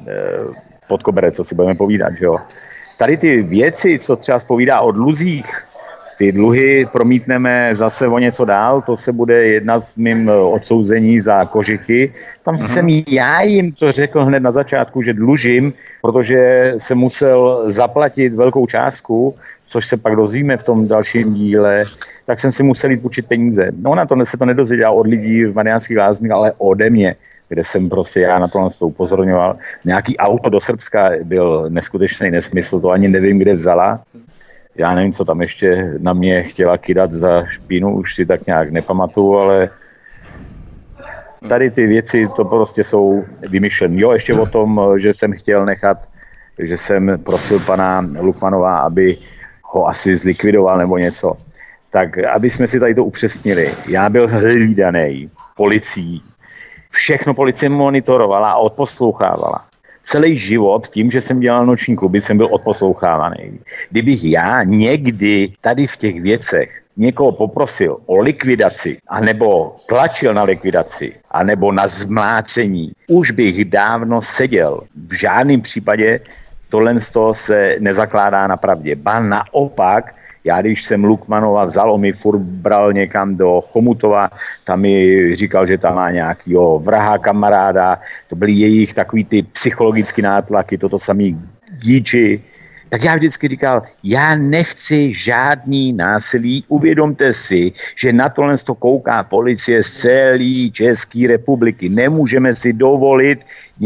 pod koberec, co si budeme povídat, že jo. Tady ty věci, co třeba zpovídá o dluzích, ty dluhy promítneme zase o něco dál, to se bude jednat v mým odsouzení za kožichy. Tam uh-huh. jsem já jim to řekl hned na začátku, že dlužím, protože jsem musel zaplatit velkou částku, což se pak dozvíme v tom dalším díle, tak jsem si musel jít půjčit peníze. No ona to se to nedozvěděla od lidí v Mariánských Lázních, ale ode mě, kde jsem prostě já na to upozorňoval. Nějaký auto do Srbska byl neskutečný nesmysl, to ani nevím, kde vzala. Já nevím, co tam ještě na mě chtěla kydat za špínu, už si tak nějak nepamatuju, ale tady ty věci, to prostě jsou vymyšlené. Jo, ještě o tom, že jsem chtěl nechat, že jsem prosil pana Lukmanova, aby ho asi zlikvidoval nebo něco. Tak aby jsme si tady to upřesnili. Já byl hlídaný policií. Všechno policie monitorovala a odposlouchávala. Celý život, tím, že jsem dělal noční kluby, jsem byl odposlouchávaný. Kdybych já někdy tady v těch věcech někoho poprosil o likvidaci, anebo tlačil na likvidaci, anebo na zmlácení, už bych dávno seděl. V žádném případě tohle z toho se nezakládá na pravdě. Ba naopak, já když jsem Lukmanova vzal, on mi furt bral někam do Chomutova, tam mi říkal, že tam má nějakýho vraha kamaráda, to byly jejich takový ty psychologické nátlaky, toto samý díči. Tak já vždycky říkal, já nechci žádný násilí, uvědomte si, že na tohle to kouká policie z celé České republiky. Nemůžeme si dovolit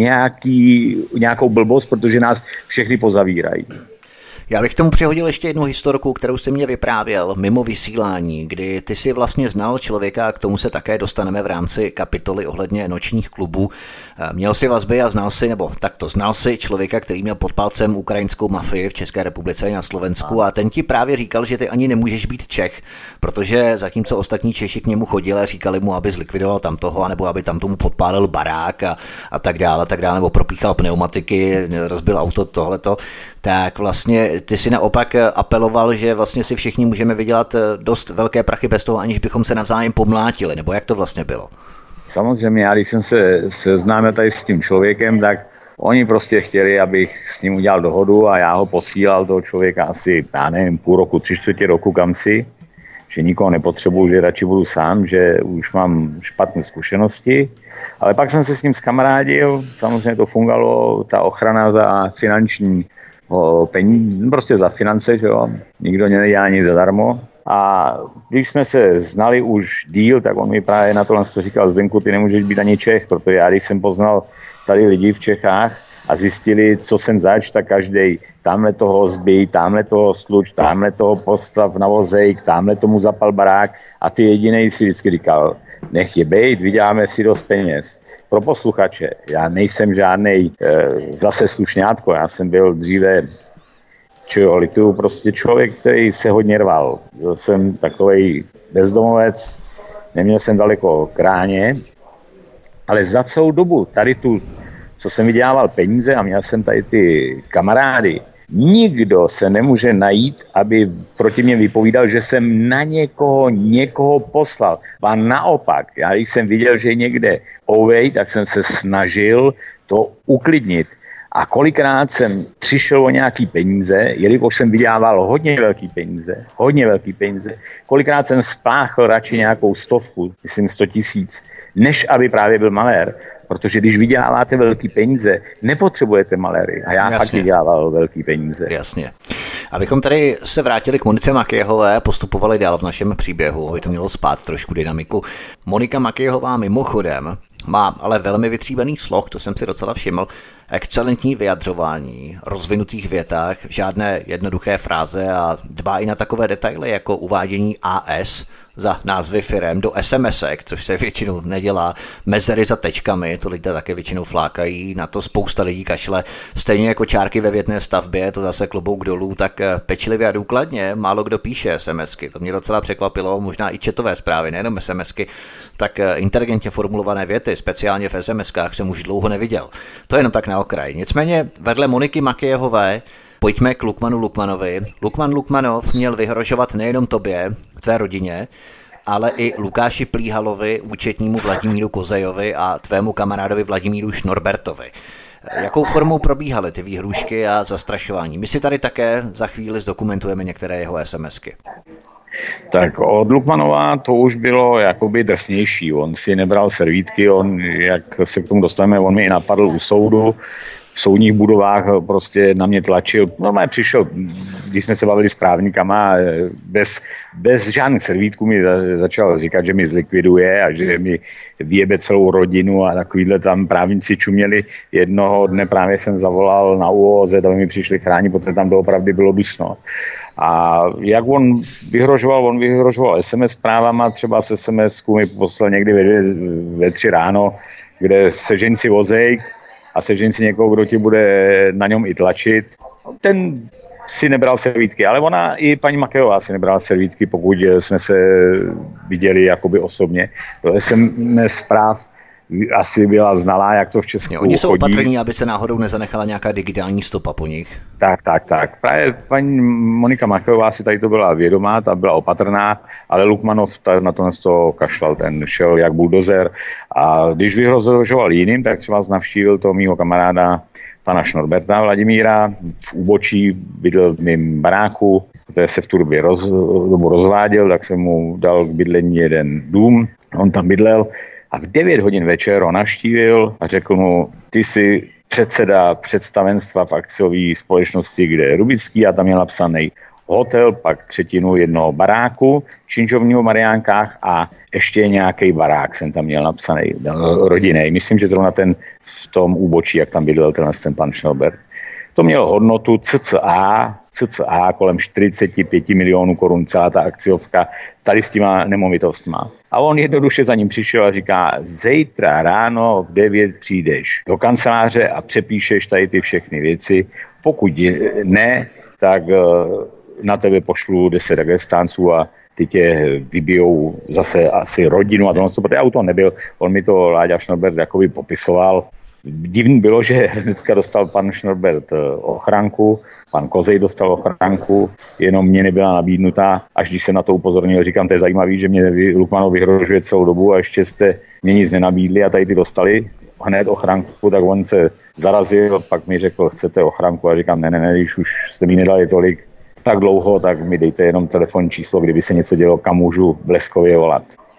nějaký, nějakou blbost, protože nás všechny pozavírají. Já bych tomu přihodil ještě jednu historku, kterou jsi mě vyprávěl mimo vysílání, kdy ty si vlastně znal člověka, k tomu se také dostaneme v rámci kapitoly ohledně nočních klubů. Měl si vazby a znal si, nebo takto znal si člověka, který měl pod palcem ukrajinskou mafii v České republice i na Slovensku a ten ti právě říkal, že ty ani nemůžeš být Čech, protože zatímco ostatní Češi k němu chodili a říkali mu, aby zlikvidoval tamtoho, anebo aby tam tomu podpálil barák a, a tak dále, tak dále, nebo propíchal pneumatiky, rozbil auto, tohleto, tak vlastně ty si naopak apeloval, že vlastně si všichni můžeme vydělat dost velké prachy bez toho, aniž bychom se navzájem pomlátili, nebo jak to vlastně bylo? Samozřejmě, já když jsem se seznámil tady s tím člověkem, tak oni prostě chtěli, abych s ním udělal dohodu a já ho posílal toho člověka asi, já nevím, půl roku, tři čtvrtě roku kam si, že nikoho nepotřebuju, že radši budu sám, že už mám špatné zkušenosti. Ale pak jsem se s ním zkamarádil, samozřejmě to fungovalo, ta ochrana za finanční o peníze, prostě za finance, že jo, nikdo nedělá nic zadarmo. A když jsme se znali už díl, tak on mi právě na tohle říkal, Zdenku, ty nemůžeš být ani Čech, protože já když jsem poznal tady lidi v Čechách a zjistili, co jsem zač, tak každej tamhle toho zbij, tamhle toho sluč, tamhle toho postav na vozejk, tamhle tomu zapal barák a ty jedinej si vždycky říkal, nech je bejt, vyděláme si dost peněz. Pro posluchače, já nejsem žádnej e, zase slušňátko, já jsem byl dříve čeho lituju, prostě člověk, který se hodně rval. Byl jsem takovej bezdomovec, neměl jsem daleko k ráně, ale za celou dobu tady tu, co jsem vydělával peníze a měl jsem tady ty kamarády, nikdo se nemůže najít, aby proti mě vypovídal, že jsem na někoho někoho poslal. A naopak, já když jsem viděl, že je někde ouvej, tak jsem se snažil to uklidnit. A kolikrát jsem přišel o nějaký peníze, jelikož jsem vydělával hodně velký peníze, hodně velký peníze, kolikrát jsem spláchl radši nějakou stovku, myslím sto tisíc, než aby právě byl malér, protože když vyděláváte velký peníze, nepotřebujete maléry. A já Jasně. fakt vydělával velký peníze. Jasně. Abychom tady se vrátili k Monice Makyjehové, postupovali dál v našem příběhu, aby to mělo spát trošku dynamiku. Monika Makyjehová mimochodem má ale velmi vytříbený sloh, to jsem si docela všiml, excelentní vyjadřování, rozvinutých větách, žádné jednoduché fráze a dbá i na takové detaily jako uvádění A S za názvy firem do SMSek, což se většinou nedělá, mezery za tečkami, to lidé také většinou flákají, na to spousta lidí kašle, stejně jako čárky ve větné stavbě, to zase klobouk dolů, tak pečlivě a důkladně málo kdo píše SMSky, to mě docela překvapilo, možná i chatové zprávy, nejenom SMSky, tak inteligentně formulované věty, speciálně v SMSkách jsem už dlouho neviděl. To je jenom tak na okraj. Nicméně vedle Moniky Makyjehové pojďme k Lukmanu Lukmanovi. Lukman Lukmanov měl vyhrožovat nejenom tobě, tvé rodině, ale i Lukáši Plíhalovi, účetnímu Vladimíru Kozejovi a tvému kamarádovi Vladimíru Šnorbertovi. Jakou formou probíhaly ty výhrůžky a zastrašování? My si tady také za chvíli zdokumentujeme některé jeho SMSky. Tak od Lukmanova to už bylo jakoby drsnější. On si nebral servítky, on, jak se k tomu dostaneme, on mi i napadl u soudu. v soudních budovách prostě na mě tlačil. Normálně přišel, když jsme se bavili s právníkama, bez, bez žádných servítků mi začal říkat, že mi zlikviduje a že mi vyjebe celou rodinu a takovýhle tam právníci čuměli. Jednoho dne právě jsem zavolal na U O Z, aby mi přišli chránit, protože tam doopravdy bylo dusno. A jak on vyhrožoval, on vyhrožoval es em es zprávama, třeba s es em esku mi poslal někdy ve, ve tři ráno, kde sežeň si vozejk a sežeň si někoho, kdo ti bude na něm i tlačit. Ten si nebral servítky, ale ona i paní Makejová si nebrala servítky, pokud jsme se viděli jakoby osobně. Do es em es zpráv asi byla znalá, jak to v Česku chodí. Oni jsou opatrní, aby se náhodou nezanechala nějaká digitální stopa po nich. Tak, tak, tak. Právě paní Monika Makejová si tady to byla vědomá, ta byla opatrná, ale Lukmanov na to to kašlal, ten šel jak buldozer. A když vyhrožoval jiným, tak třeba navštívil toho mýho kamaráda pana Šnorberta Vladimíra v úbočí, bydlel v mým baráku, protože se v tu době roz, dobu rozváděl, tak jsem mu dal k bydlení jeden dům, on tam bydlel. A v devět hodin večer ho navštívil a řekl mu, ty jsi předseda představenstva v akciové společnosti, kde je Rubický, a tam je napsaný hotel, pak třetinu jednoho baráku, činžovního v Mariánkách a ještě nějaký barák jsem tam měl napsaný, rodinný. Myslím, že zrovna ten v tom úbočí, jak tam bydlel ten, ten pan Schnobert. To mělo hodnotu cca, cca kolem čtyřicet pět milionů korun, celá ta akciovka, tady s těma nemovitostma. A on jednoduše za ním přišel a říká, zítra ráno v devět přijdeš do kanceláře a přepíšeš tady ty všechny věci. Pokud ne, tak na tebe pošlu deset dagestánců a ty tě vybijou zase asi rodinu a to, protože já u toho nebyl. On mi to Láďa Šnorbert jakoby popisoval. Divný bylo, že hnedka dostal pan Šnorbert ochranku, pan Kozej dostal ochranku, jenom mě nebyla nabídnutá. Až když jsem na to upozornil, říkám, to je zajímavý, že mě Lukmanov vyhrožuje celou dobu a ještě jste mě nic nenabídli a tady ty dostali hned ochranku, tak on se zarazil, pak mi řekl, chcete ochranku a říkám, ne, ne, ne, když už jste mi nedali tolik, tak dlouho, tak mi dejte jenom telefonní číslo, kdyby se něco dělo, kam můžu bleskově volat.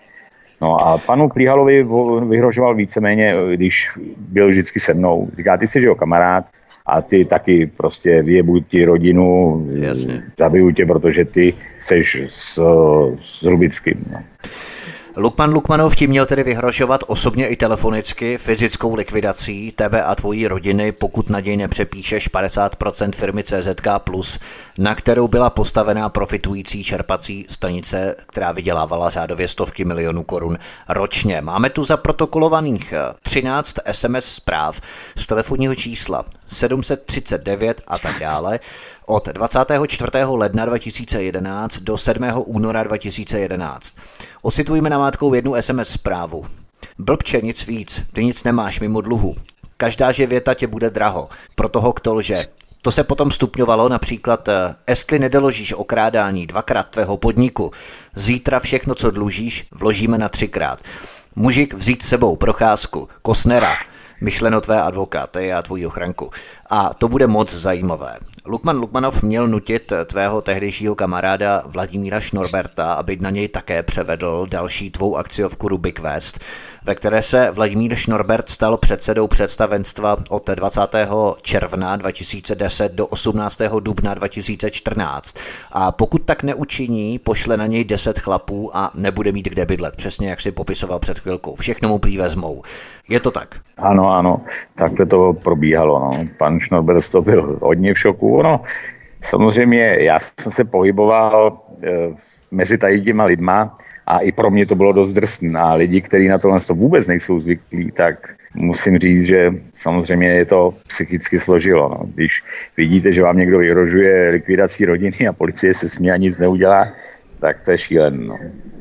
No a panu Plíhalovi vyhrožoval víceméně, když byl vždycky se mnou. Říká, ty jsi jeho kamarád a ty taky prostě vyjebuj ti rodinu, jasně, zabiju tě, protože ty seš s, s Rubickým. No. Lukman Lukmanov ti měl tedy vyhrožovat osobně i telefonicky fyzickou likvidací tebe a tvojí rodiny, pokud na něj nepřepíšeš padesát procent firmy C Z K plus, na kterou byla postavená profitující čerpací stanice, která vydělávala řádově stovky milionů korun ročně. Máme tu zaprotokolovaných třináct es em es zpráv z telefonního čísla sedm set třicet devět a tak dále od dvacátého čtvrtého ledna dva tisíce jedenáct do sedmého února dva tisíce jedenáct. Ositujme namátkou jednu es em es zprávu. Blbče, nic víc, ty nic nemáš mimo dluhu. Každá že věta tě bude draho, pro toho, kdo lže. To se potom stupňovalo například, jestli nedoložíš okrádání dvakrát tvého podniku, zítra všechno, co dlužíš, vložíme na třikrát. Mužik vzít sebou procházku, Kosnera, myšleno tvé advokáty a tvojí ochranku. A to bude moc zajímavé. Lukman Lukmanov měl nutit tvého tehdejšího kamaráda Vladimíra Šnorberta, aby na něj také převedl další tvou akciovku Rubik West, ve které se Vladimír Šnorbert stal předsedou představenstva od dvacátého června dva tisíce deset do osmnáctého dubna dva tisíce čtrnáct. A pokud tak neučiní, pošle na něj deset chlapů a nebude mít kde bydlet. Přesně jak si popisoval před chvilkou. Všechno mu prý vezmou. Je to tak? Ano, ano. Takhle to probíhalo. No. Pan Šnorbert to byl hodně v šoku. No, samozřejmě já jsem se pohyboval e, mezi tady těma lidma a i pro mě to bylo dost drsné. A lidi, kteří na tohle vůbec nejsou zvyklí, tak musím říct, že samozřejmě je to psychicky složilo. No. Když vidíte, že vám někdo vyhrožuje likvidací rodiny a policie se směje a nic neudělá, tak to je šílené. No.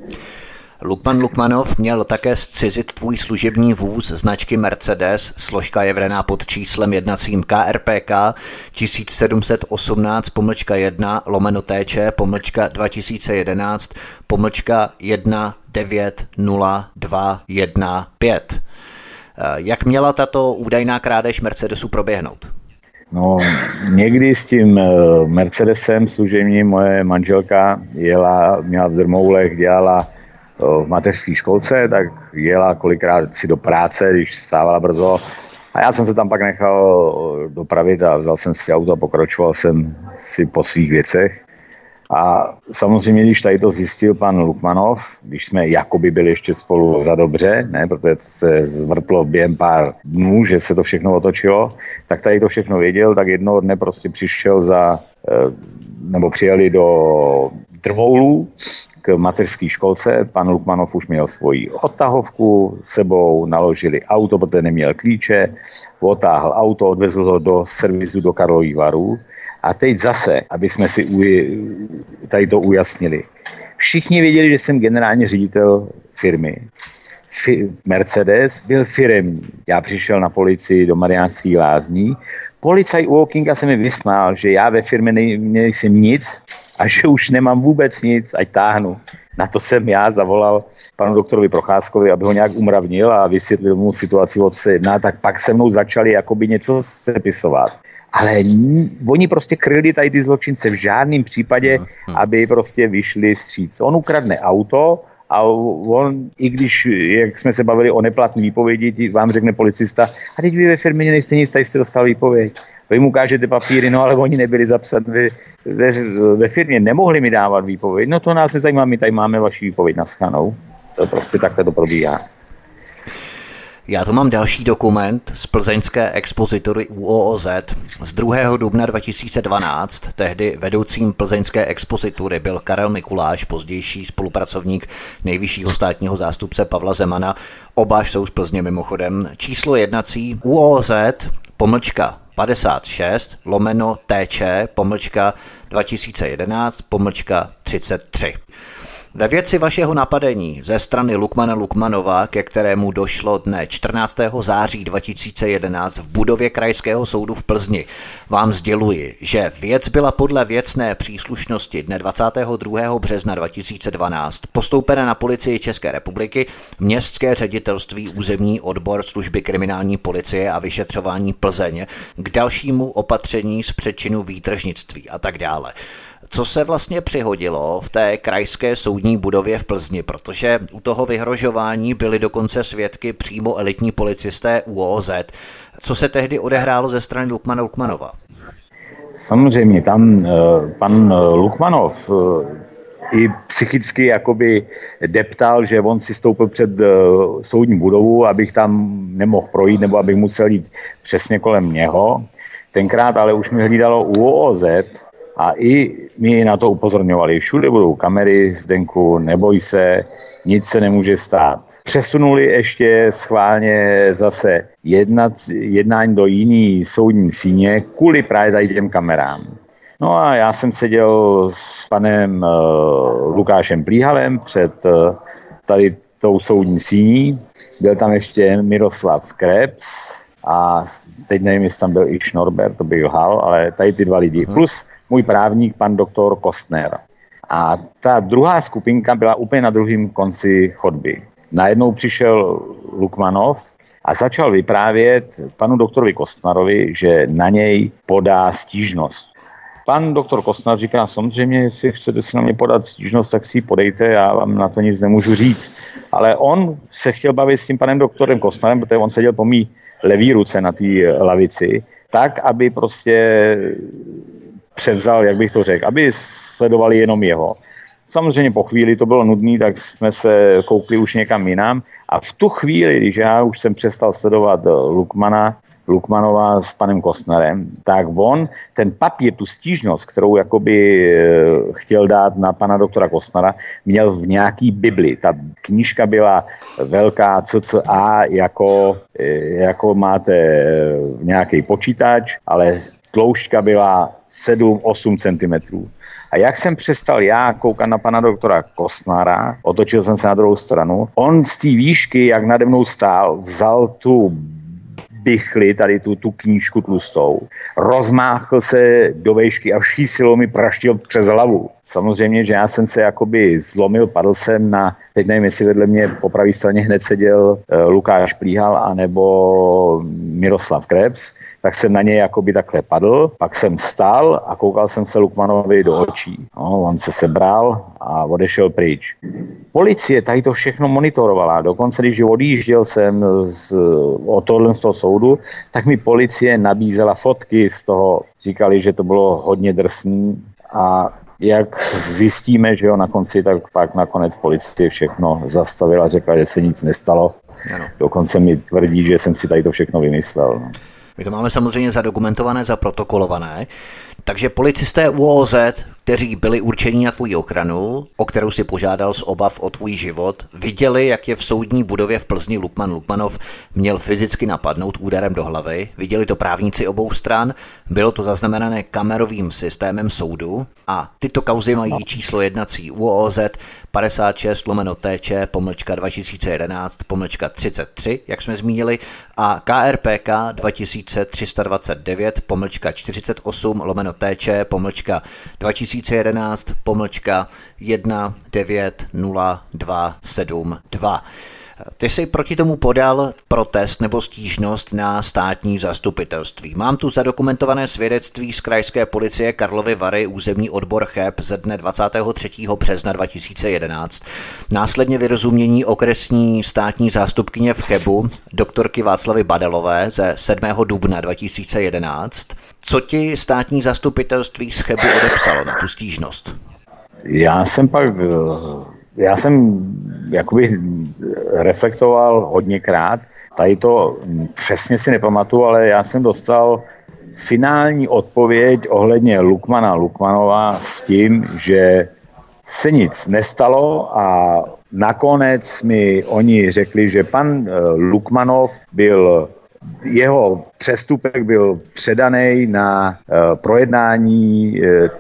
Lukman Lukmanov měl také zcizit tvůj služební vůz značky Mercedes, složka je vedená pod číslem jednacím K R P K tisíc sedm set osmnáct pomlčka jedna lomeno T Č pomlčka dva tisíce jedenáct pomlčka jedna devět nula dva jedna pět. Jak měla tato údajná krádež Mercedesu proběhnout? No, někdy s tím Mercedesem služebním moje manželka jela, měla v Drmoulech, dělala v mateřské školce, tak jela kolikrát si do práce, když vstávala brzo. A já jsem se tam pak nechal dopravit a vzal jsem si auto a pokračoval jsem si po svých věcech. A samozřejmě, když tady to zjistil pan Lukmanov, když jsme jakoby byli ještě spolu za dobře, ne, protože to se zvrtlo během pár dnů, že se to všechno otočilo, tak tady to všechno věděl, tak jednoho dne prostě přišel za, nebo přijeli do Drmoulů k mateřské školce. Pan Lukmanov už měl svoji odtahovku sebou, naložili auto, protože neměl klíče, otáhl auto, odvezl ho do servisu do Karlových Varů. A teď zase, aby jsme si uji, tady to ujasnili. Všichni věděli, že jsem generální ředitel firmy. Fi- Mercedes byl firemní. Já přišel na policii do Mariánských Lázní. Policaj u okýnka se mi vysmál, že já ve firmě nej- nejsem nic a že už nemám vůbec nic, ať táhnu. Na to jsem já zavolal panu doktorovi Procházkovi, aby ho nějak umravnil a vysvětlil mu situaci, o co se jedná. Tak pak se mnou začali jakoby něco sepisovat. Ale oni prostě kryli tady ty zločince v žádném případě, aby prostě vyšli vstříc. On ukradne auto a on, i když, jak jsme se bavili o neplatné výpovědi, vám řekne policista, a teď vy ve firmě nejste nic, tady jste dostal výpověď. Vy mu ukážete papíry, no ale oni nebyli zapsaní ve, ve, ve firmě, nemohli mi dávat výpověď. No to nás nezajímá, my tady máme vaši výpověď naschanou. To prostě takhle to probíhá. Já tu mám další dokument z plzeňské expozitury U O O Z z druhého dubna dva tisíce dvanáct. Tehdy vedoucím plzeňské expozitury byl Karel Mikuláš, pozdější spolupracovník nejvyššího státního zástupce Pavla Zemana. Oba jsou z Plzně mimochodem. Číslo jednací U O O Z pomlčka padesát šest lomeno T Č pomlčka dva tisíce jedenáct pomlčka třicet tři. Ve věci vašeho napadení ze strany Lukmana Lukmanova, ke kterému došlo dne čtrnáctého září dva tisíce jedenáct v budově Krajského soudu v Plzni, vám sděluji, že věc byla podle věcné příslušnosti dne dvacátého druhého března dva tisíce dvanáct postoupena na Policii České republiky, Městské ředitelství územní odbor služby kriminální policie a vyšetřování Plzeň k dalšímu opatření z přečinu výtržnictví a tak dále. Co se vlastně přihodilo v té krajské soudní budově v Plzni, protože u toho vyhrožování byli dokonce svědky přímo elitní policisté U O O Z. Co se tehdy odehrálo ze strany Lukmana Lukmanova? Samozřejmě, tam uh, pan Lukmanov uh, i psychicky jakoby deptal, že on si stoupil před uh, soudní budovu, abych tam nemohl projít, nebo abych musel jít přesně kolem něho. Tenkrát ale už mi hlídalo U O O Z, a i mi na to upozorňovali. Všude budou kamery, Zdenku, neboj se, nic se nemůže stát. Přesunuli ještě schválně zase jednat, jednání do jiný soudní síně kvůli právě tady těm kamerám. No a já jsem seděl s panem uh, Lukášem Plíhalem před uh, tady tou soudní síní. Byl tam ještě Miroslav Krebs a teď nevím, jestli tam byl i Šnorbert, to byl lhal, ale tady ty dva lidi. Plus můj právník, pan doktor Kostner. A ta druhá skupinka byla úplně na druhém konci chodby. Najednou přišel Lukmanov a začal vyprávět panu doktorovi Kostnerovi, že na něj podá stížnost. Pan doktor Kostner říká, samozřejmě, jestli chcete si na mě podat stížnost, tak si ji podejte, já vám na to nic nemůžu říct. Ale on se chtěl bavit s tím panem doktorem Kostnerem, protože on seděl po mý levý ruce na té lavici, tak, aby prostě převzal, jak bych to řekl, aby sledovali jenom jeho. Samozřejmě po chvíli to bylo nudné, tak jsme se koukli už někam jinam a v tu chvíli, když já už jsem přestal sledovat Lukmana, Lukmanova s panem Kostnerem, tak on ten papír, tu stížnost, kterou jakoby chtěl dát na pana doktora Kostnera, měl v nějaký Bibli. Ta knížka byla velká cca, jako, jako máte nějaký počítač, ale tloušťka byla sedm osm centimetrů. A jak jsem přestal já koukat na pana doktora Kostnera, otočil jsem se na druhou stranu, on z té výšky, jak nade mnou stál, vzal tu bychli, tady tu, tu knížku tlustou, rozmáchl se do vejšky a vší silou mi praštil přes hlavu. Samozřejmě, že já jsem se jakoby zlomil, padl jsem na, teď nevím, jestli vedle mě po pravé straně hned seděl uh, Lukáš Plíhal, anebo Miroslav Krebs, tak jsem na něj jakoby takhle padl, pak jsem vstal a koukal jsem se Lukmanovi do očí. No, on se sebral a odešel pryč. Policie tady to všechno monitorovala. Dokonce, když odjížděl jsem z, od tohohle z toho soudu, tak mi policie nabízela fotky z toho. Říkali, že to bylo hodně drsný a jak zjistíme, že jo, na konci, tak pak nakonec policie všechno zastavila a řekla, že se nic nestalo. Ano. Dokonce mi tvrdí, že jsem si tady to všechno vymyslel. No. My to máme samozřejmě zadokumentované, zaprotokolované, takže policisté U O Z, kteří byli určeni na tvou ochranu, o kterou si požádal z obav o tvůj život, viděli, jak je v soudní budově v Plzni Lukman Lukmanov měl fyzicky napadnout úderem do hlavy. Viděli to právníci obou stran, bylo to zaznamenané kamerovým systémem soudu a tyto kauzy mají číslo jednací U O Z padesát šest lomeno T Č pomlčka dva tisíce jedenáct pomlčka třicet tři, jak jsme zmínili, a K R P K dva tisíce tři sta dvacet devět pomlčka čtyřicet osm lomeno T Č pomlčka dva tisíce jedenáct pomlčka jedna devět nula dva sedm dva. Ty jsi proti tomu podal protest nebo stížnost na státní zastupitelství. Mám tu zadokumentované svědectví z krajské policie Karlovy Vary, územní odbor Cheb ze dne dvacátého třetího března dva tisíce jedenáct. Následně vyrozumění okresní státní zástupkyně v Chebu, doktorky Václavy Badelové ze sedmého dubna dva tisíce jedenáct. Co ti státní zastupitelství z Chebu odepsalo na tu stížnost? Já jsem pak... Já jsem jakoby reflektoval hodněkrát, tady to přesně si nepamatuju, ale já jsem dostal finální odpověď ohledně Lukmana Lukmanova s tím, že se nic nestalo a nakonec mi oni řekli, že pan Lukmanov byl, jeho přestupek byl předaný na projednání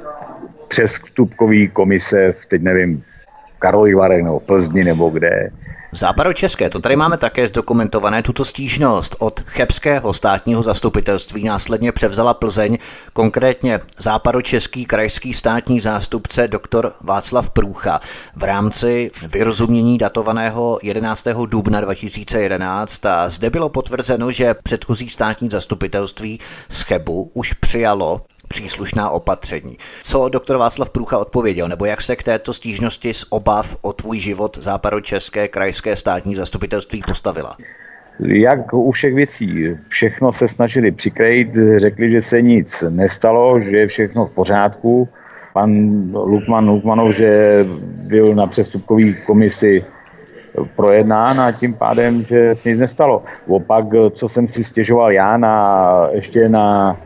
přestupkové komise v, teď nevím, Karlových Varech nebo v Plzni nebo kde. Západočeské, to tady máme také zdokumentované, tuto stížnost od chebského státního zastupitelství následně převzala Plzeň, konkrétně západočeský krajský státní zástupce doktor Václav Průcha v rámci vyrozumění datovaného jedenáctého dubna dva tisíce jedenáct a zde bylo potvrzeno, že předchozí státní zastupitelství z Chebu už přijalo příslušná opatření. Co doktor Václav Průcha odpověděl, nebo jak se k této stížnosti z obav o tvůj život západočeské krajské státní zastupitelství postavila? Jak u všech věcí, všechno se snažili přikrýt, řekli, že se nic nestalo, že je všechno v pořádku. Pan Lukman Lukmanov, že byl na přestupkové komisi projednán a tím pádem, že se nic nestalo. Opak, co jsem si stěžoval já na, ještě na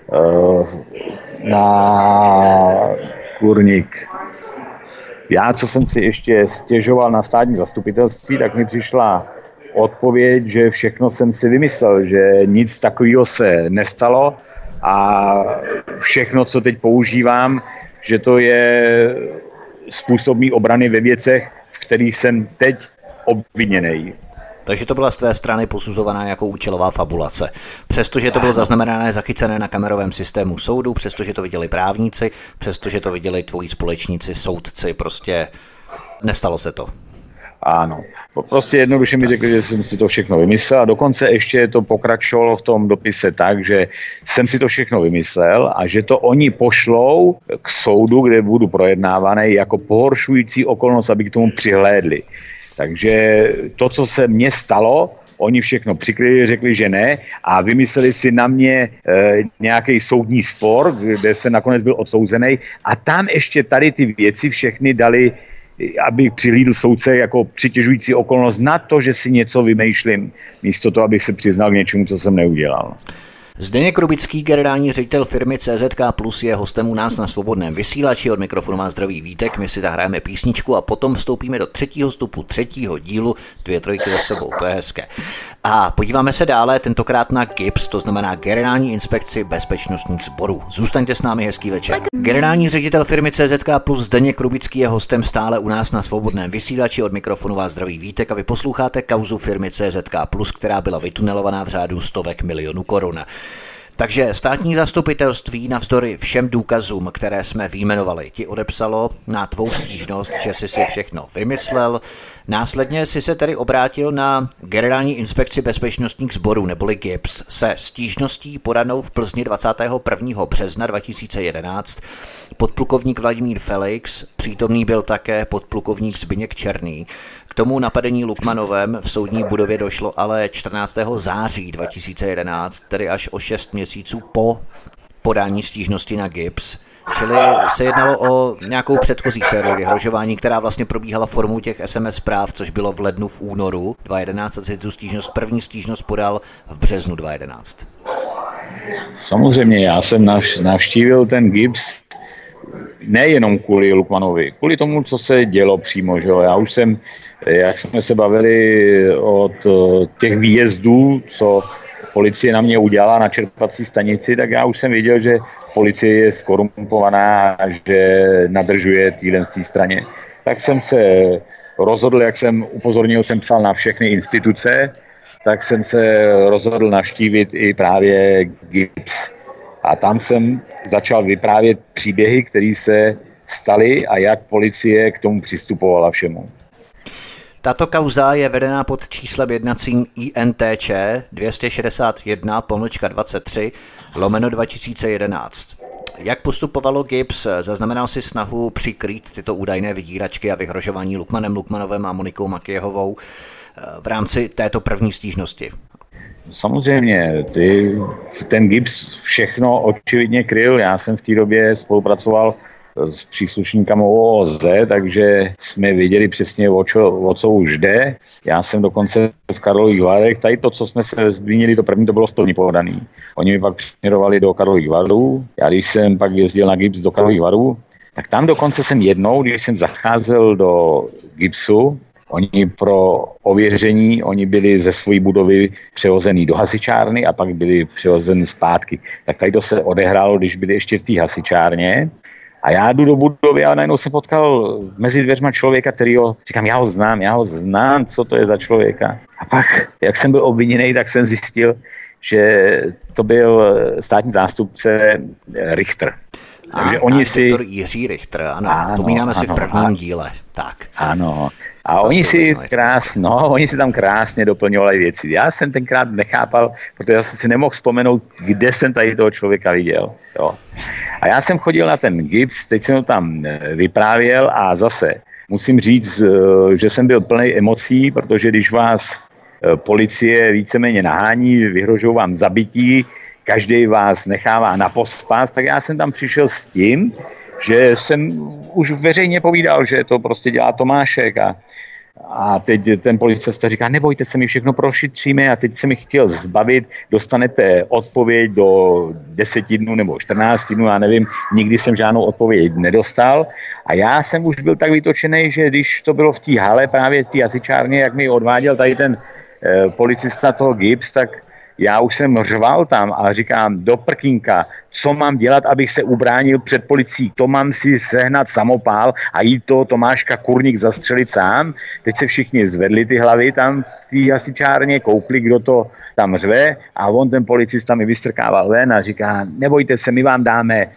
na kurník. Já, co jsem si ještě stěžoval na státní zastupitelství, tak mi přišla odpověď, že všechno jsem si vymyslel, že nic takového se nestalo a všechno, co teď používám, že to je způsob mý obrany ve věcech, v kterých jsem teď obviněnej. Takže to byla z tvé strany posuzovaná jako účelová fabulace. Přestože to bylo zaznamenané, zachycené na kamerovém systému soudu, přestože to viděli právníci, přestože to viděli tvoji společníci, soudci, prostě nestalo se to. Ano, prostě jednoduše mi řekli, že jsem si to všechno vymyslel a dokonce ještě to pokračovalo v tom dopise tak, že jsem si to všechno vymyslel a že to oni pošlou k soudu, kde budu projednávaný jako pohoršující okolnost, aby k tomu přihlédli. Takže to, co se mně stalo, oni všechno přikryli, řekli, že ne a vymysleli si na mě e, nějaký soudní spor, kde jsem nakonec byl odsouzený a tam ještě tady ty věci všechny dali, aby přihlídl soudce jako přitěžující okolnost na to, že si něco vymýšlím, místo toho, abych se přiznal k něčemu, co jsem neudělal. Zdeněk Rubický, generální ředitel firmy C Z K Plus, je hostem u nás na Svobodném vysílači. Od mikrofonu má zdravý Vítek, my si zahrajeme písničku a potom vstoupíme do třetího vstupu, třetího dílu, dvě trojky za sebou, to je hezké. A podíváme se dále, tentokrát na G I B S, to znamená Generální inspekci bezpečnostních sborů. Zůstaňte s námi, hezký večer. Generální ředitel firmy C Z K Plus Zdeněk Rubický je hostem stále u nás na Svobodném vysílači, od mikrofonu vás zdraví Vítek a vy posloucháte kauzu firmy C Z K Plus, která byla vytunelovaná v řádu stovek milionů korun. Takže státní zastupitelství navzdory všem důkazům, které jsme vyjmenovali, ti odepsalo na tvou stížnost, že jsi si všechno vymyslel. Následně si se tedy obrátil na Generální inspekci bezpečnostních sborů neboli G I B S se stížností podanou v Plzni dvacátého prvního března dva tisíce jedenáct. Podplukovník Vladimír Felix, přítomný byl také podplukovník Zbyněk Černý. K tomu napadení Lukmanovem v soudní budově došlo ale čtrnáctého září dva tisíce jedenáct, tedy až o šest měsíců po podání stížnosti na G I B S. Čili se jednalo o nějakou předchozí sérii vyhrožování, která vlastně probíhala formou těch es em es zpráv, což bylo v lednu, v únoru dva tisíce jedenáct a si tu stížnost, první stížnost podal v březnu dva tisíce jedenáct. Samozřejmě, já jsem navštívil ten G I B S nejenom kvůli Lukmanovi, kvůli tomu, co se dělo přímo. Že jo? Já už jsem, jak jsme se bavili od těch výjezdů, co policie na mě udělala na čerpací stanici, tak já už jsem viděl, že policie je skorumpovaná a že nadržuje téhle straně. Tak jsem se rozhodl, jak jsem upozornil, jsem psal na všechny instituce, tak jsem se rozhodl navštívit i právě G I B S. A tam jsem začal vyprávět příběhy, které se staly a jak policie k tomu přistupovala všemu. Tato kauza je vedená pod číslem jednacím I N T Č dvě stě šedesát jedna pomlčka dvacet tři lomeno dva tisíce jedenáct. Jak postupovalo G I B S? Zaznamenal si snahu přikrýt tyto údajné vydíračky a vyhrožování Lukmanem Lukmanovem a Monikou Makyjehovou v rámci této první stížnosti? Samozřejmě, ty, ten G I B S všechno očividně kryl. Já jsem v té době spolupracoval s příslušníkama O O Z, takže jsme věděli přesně, o, čo, o co už jde. Já jsem dokonce v Karlových Varech, tady to, co jsme se zmínili, to první to bylo v Plzni podaný. Oni mi pak přisměrovali do Karlových Varů. Já když jsem pak jezdil na G I B S do Karlových Varů, tak tam dokonce jsem jednou, když jsem zacházel do G I B S u, oni pro ověření, oni byli ze své budovy přehozený do hasičárny a pak byli přehozeni zpátky. Tak tady to se odehrálo, když byli ještě v té hasičárně. A já jdu do budovy a najednou jsem potkal mezi dveřma člověka, kterýho, říkám, já ho znám, já ho znám, co to je za člověka. A pak, jak jsem byl obviněný, tak jsem zjistil, že to byl státní zástupce Richter. Takže a, oni a si... doktor Jiří Richter, ano, ano vzpomínáme ano, si v prvním a... díle. Tak. Ano. A to oni si krásně, no, oni si tam krásně doplňovali věci. Já jsem tenkrát nechápal, protože já jsem si nemohl vzpomenout, kde jsem tady toho člověka viděl. Jo. A já jsem chodil na ten G I B S, teď jsem ho tam vyprávěl a zase musím říct, že jsem byl plný emocí, protože když vás policie víceméně nahání, vyhrožují vám zabití, každý vás nechává na pospas, tak já jsem tam přišel s tím, že jsem už veřejně povídal, že to prostě dělá Tomášek a, a teď ten policista říká, nebojte se, my všechno prošetříme a teď se mi chtěl zbavit, dostanete odpověď do deseti dnů nebo čtrnácti dnů, já nevím, nikdy jsem žádnou odpověď nedostal a já jsem už byl tak vytočený, že když to bylo v té hale, právě v té hasičárně, jak mi odváděl tady ten eh, policista toho G I B S, tak já už jsem řval tam a říkám, do prkínka, co mám dělat, abych se ubránil před policií. To mám si sehnat samopál a jít to Tomáška Kurník zastřelit sám. Teď se všichni zvedli ty hlavy tam v té hasičárně, koukli, kdo to tam řve a on ten policista mi vystrkával ven a říká, nebojte se, my vám dáme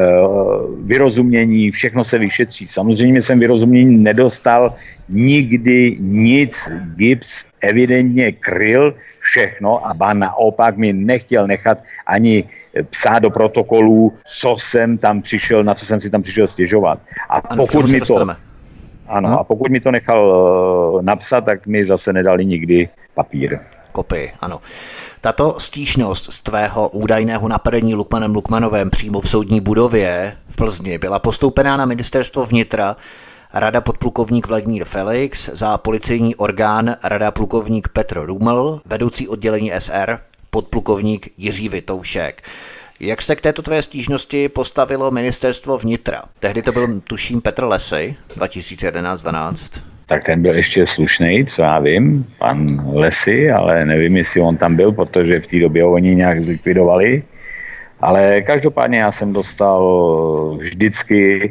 uh, vyrozumění, všechno se vyšetří. Samozřejmě jsem vyrozumění nedostal, nikdy nic. G I B S evidentně kryl všechno a ba naopak mi nechtěl nechat ani psát do protokolů, co jsem tam přišel, na co jsem si tam přišel stěžovat. A ano, pokud mi to, ano, hmm? a pokud mi to nechal uh, napsat, tak mi zase nedali nikdy papír. Kopii, ano. Tato stížnost z tvého údajného napadení Lukmanem Lukmanovem přímo v soudní budově v Plzni byla postoupená na ministerstvo vnitra, rada podplukovník Vladimír Felix, za policejní orgán rada plukovník Petr Ruml, vedoucí oddělení S R, podplukovník Jiří Vitoušek. Jak se k této tvé stížnosti postavilo ministerstvo vnitra? Tehdy to byl, tuším, Petr Lesy, dva tisíce jedenáct dvanáct. Tak ten byl ještě slušnej, co já vím, pan Lesy, ale nevím, jestli on tam byl, protože v té době ho oni nějak zlikvidovali. Ale každopádně já jsem dostal vždycky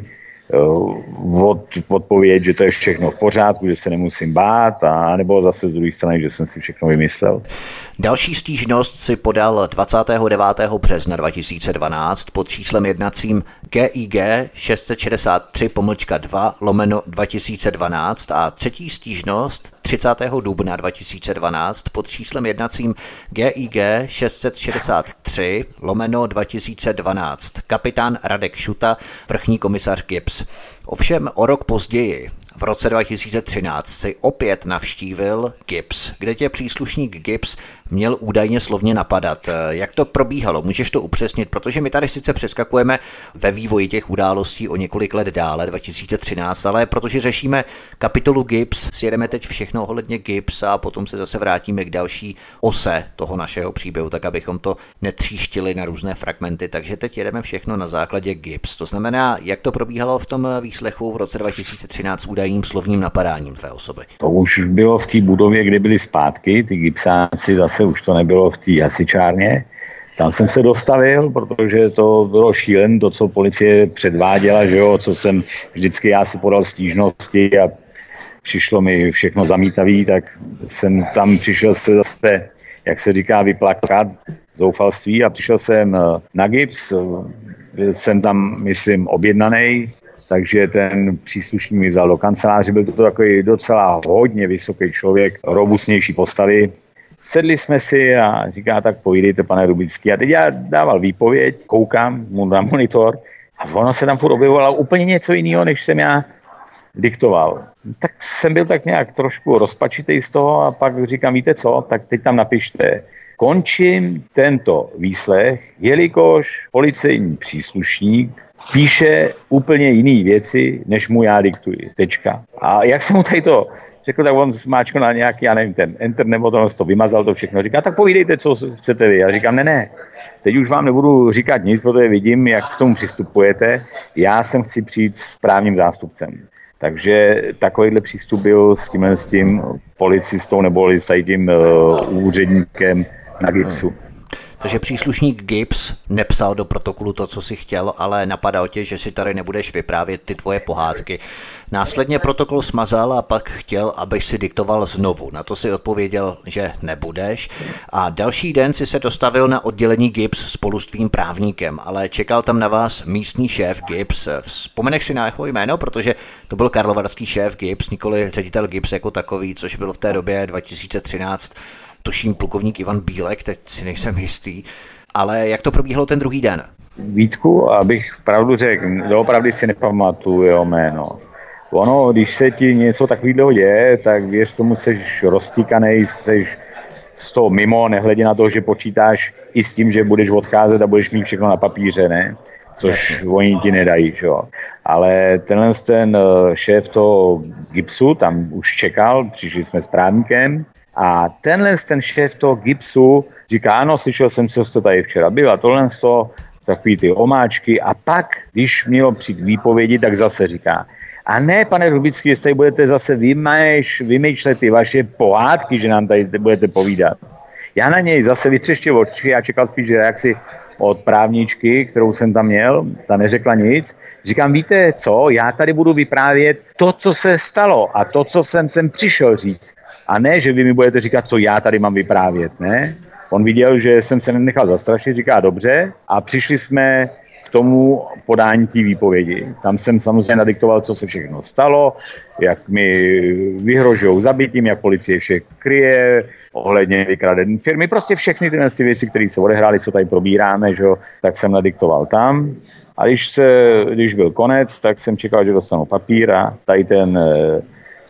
od, odpověď, že to je všechno v pořádku, že se nemusím bát, a nebo zase z druhé strany, že jsem si všechno vymyslel. Další stížnost si podal dvacátého devátého března dva tisíce dvanáct pod číslem jednacím G I G šest set šedesát tři pomlčka dva lomeno dva tisíce dvanáct a třetí stížnost třicátého dubna dva tisíce dvanáct pod číslem jednacím G I G šest set šedesát tři lomeno dva tisíce dvanáct. Kapitán Radek Šuta, vrchní komisař GIBS. Ovšem o rok později, v roce dva tisíce třináct, si opět navštívil GIBS, kde tě příslušník GIBS měl údajně slovně napadat. Jak to probíhalo? Můžeš to upřesnit? Protože my tady sice přeskakujeme ve vývoji těch událostí o několik let dále, dva tisíce třináct, ale protože řešíme kapitolu GIBS, sjedeme teď všechno ohledně GIBS a potom se zase vrátíme k další ose toho našeho příběhu, tak abychom to netříštili na různé fragmenty. Takže teď jedeme všechno na základě GIBS. To znamená, jak to probíhalo v tom výslechu v roce dva tisíce třináct údajným slovním napadáním tvé osoby? To už bylo v té budově, kde byly zpátky, ty GIBSáci, zase už to nebylo v té hasičárně. Tam jsem se dostavil, protože to bylo šílen, to, co policie předváděla, že jo, co jsem vždycky já si podal stížnosti a přišlo mi všechno zamítavý, tak jsem tam přišel se zase, jak se říká, vyplakat zoufalství a přišel jsem na GIBS, byl jsem tam, myslím, objednaný, takže ten příslušník mi vzal do kanceláře, byl to takový docela hodně vysoký člověk, robustnější postavy. Sedli jsme si a říká, tak povídejte, pane Rubický. A teď já dával výpověď, koukám mu na monitor a ono se tam furt objevovalo úplně něco jiného, než jsem já diktoval. Tak jsem byl tak nějak trošku rozpačitý z toho a pak říkám, víte co, tak teď tam napište. Končím tento výslech, jelikož policejní příslušník píše úplně jiné věci, než mu já diktuji. Tečka. A jak jsem mu tady to řekl, tak on zmáčkl na nějaký, já nevím, ten enter nebo to, to vymazal to všechno. Říká, tak povídejte, co chcete vy. Já říkám, ne, ne, teď už vám nebudu říkat nic, protože vidím, jak k tomu přistupujete. Já sem chci přijít s právním zástupcem. Takže takovýhle přístup byl s tímhle s tím policistou nebo s tím uh, úředníkem na GIBSu. Takže příslušník GIBS nepsal do protokolu to, co si chtěl, ale napadal tě, že si tady nebudeš vyprávět ty tvoje pohádky. Následně protokol smazal a pak chtěl, abys si diktoval znovu. Na to si odpověděl, že nebudeš. A další den si se dostavil na oddělení GIBS spolu s tvým právníkem, ale čekal tam na vás místní šéf GIBS. Vzpomeneš si na jeho jméno, protože to byl karlovarský šéf GIBS, nikoli ředitel GIBS jako takový, což byl v té době dva tisíce třináct. Tuším plukovník Ivan Bílek, teď si nejsem jistý, ale jak to probíhalo ten druhý den? Vítku, abych pravdu řekl, doopravdy si nepamatuju jeho jméno. Ono, když se ti něco takového děje, tak věř tomu, seš roztíkanej, seš z toho mimo, nehledě na to, že počítáš i s tím, že budeš odcházet a budeš mít všechno na papíře, ne? Což Jasně. Oni ti nedají, jo. Ale tenhle ten šéf toho GIBSu tam už čekal, přišli jsme s právníkem, a tenhle ten šéf toho GIBSu říká, ano, slyšel jsem, co jste tady včera byl a tohle z toho, takový ty omáčky a pak, když mělo přijít výpovědi, tak zase říká, a ne, pane Rubický, jestli tady budete zase vymýš, vymýšlet ty vaše pohádky, že nám tady budete povídat. Já na něj zase vytřeštil oči a čekal spíš reakci od právničky, kterou jsem tam měl, ta neřekla nic. Říkám, víte co, já tady budu vyprávět to, co se stalo a to, co jsem sem přišel říct. A ne, že vy mi budete říkat, co já tady mám vyprávět, ne? On viděl, že jsem se nenechal zastrašit, říká dobře a přišli jsme k tomu podání té výpovědi. Tam jsem samozřejmě nadiktoval, co se všechno stalo, jak mi vyhrožují zabitím, jak policie vše kryje, ohledně vykradené firmy, prostě všechny tyhle ty věci, které se odehrály, co tady probíráme, že, tak jsem nadiktoval tam. A když, se, když byl konec, tak jsem čekal, že dostanu papír a tady ten e,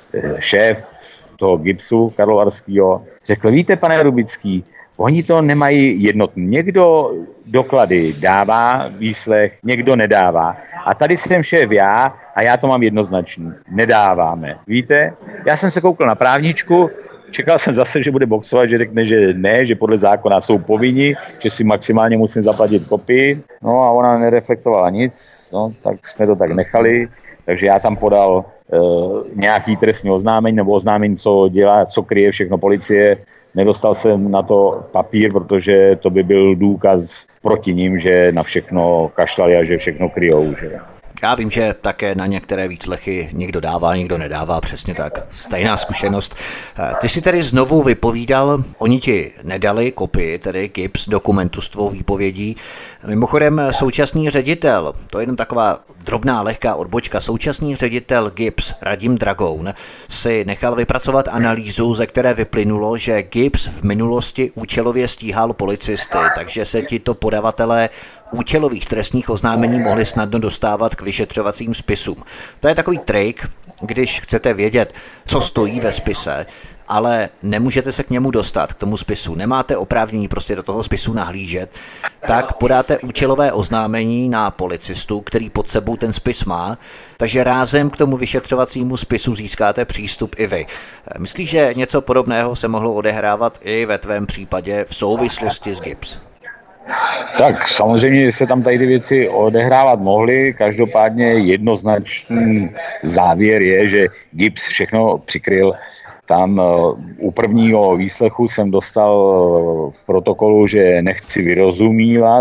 šéf toho GIBSu karlovarského řekl, víte, pane Rubický, oni to nemají jednotný. Někdo doklady dává výslech, někdo nedává. A tady jsem šéf já a já to mám jednoznačný. Nedáváme. Víte? Já jsem se koukal na právničku, čekal jsem zase, že bude boxovat, že řekne, že ne, že podle zákona jsou povinni, že si maximálně musím zaplatit kopii. No a ona nereflektovala nic, no, tak jsme to tak nechali. Takže já tam podal Uh, nějaký trestní oznámení nebo oznámení, co dělá, co kryje všechno policie. Nedostal jsem na to papír, protože to by byl důkaz proti ním, že na všechno kašlali a že všechno kryjou. Že? Já vím, že také na některé výslechy někdo dává, někdo nedává, přesně tak. Stejná zkušenost. Ty si tedy znovu vypovídal, oni ti nedali kopii, tedy gips dokumentu s tvou výpovědí. Mimochodem současný ředitel, to je jenom taková drobná lehká odbočka, současný ředitel gips Radim Dragoun si nechal vypracovat analýzu, ze které vyplynulo, že gips v minulosti účelově stíhal policisty, takže se tito podavatelé účelových trestních oznámení mohli snadno dostávat k vyšetřovacím spisům. To je takový trik, když chcete vědět, co stojí ve spise, ale nemůžete se k němu dostat, k tomu spisu, nemáte oprávnění prostě do toho spisu nahlížet, tak podáte účelové oznámení na policistu, který pod sebou ten spis má, takže rázem k tomu vyšetřovacímu spisu získáte přístup i vy. Myslíš, že něco podobného se mohlo odehrávat i ve tvém případě v souvislosti s gips? Tak samozřejmě se tam tady ty věci odehrávat mohly, každopádně jednoznačný závěr je, že gips všechno přikryl. Tam u prvního výslechu jsem dostal v protokolu, že nechci vyrozumívat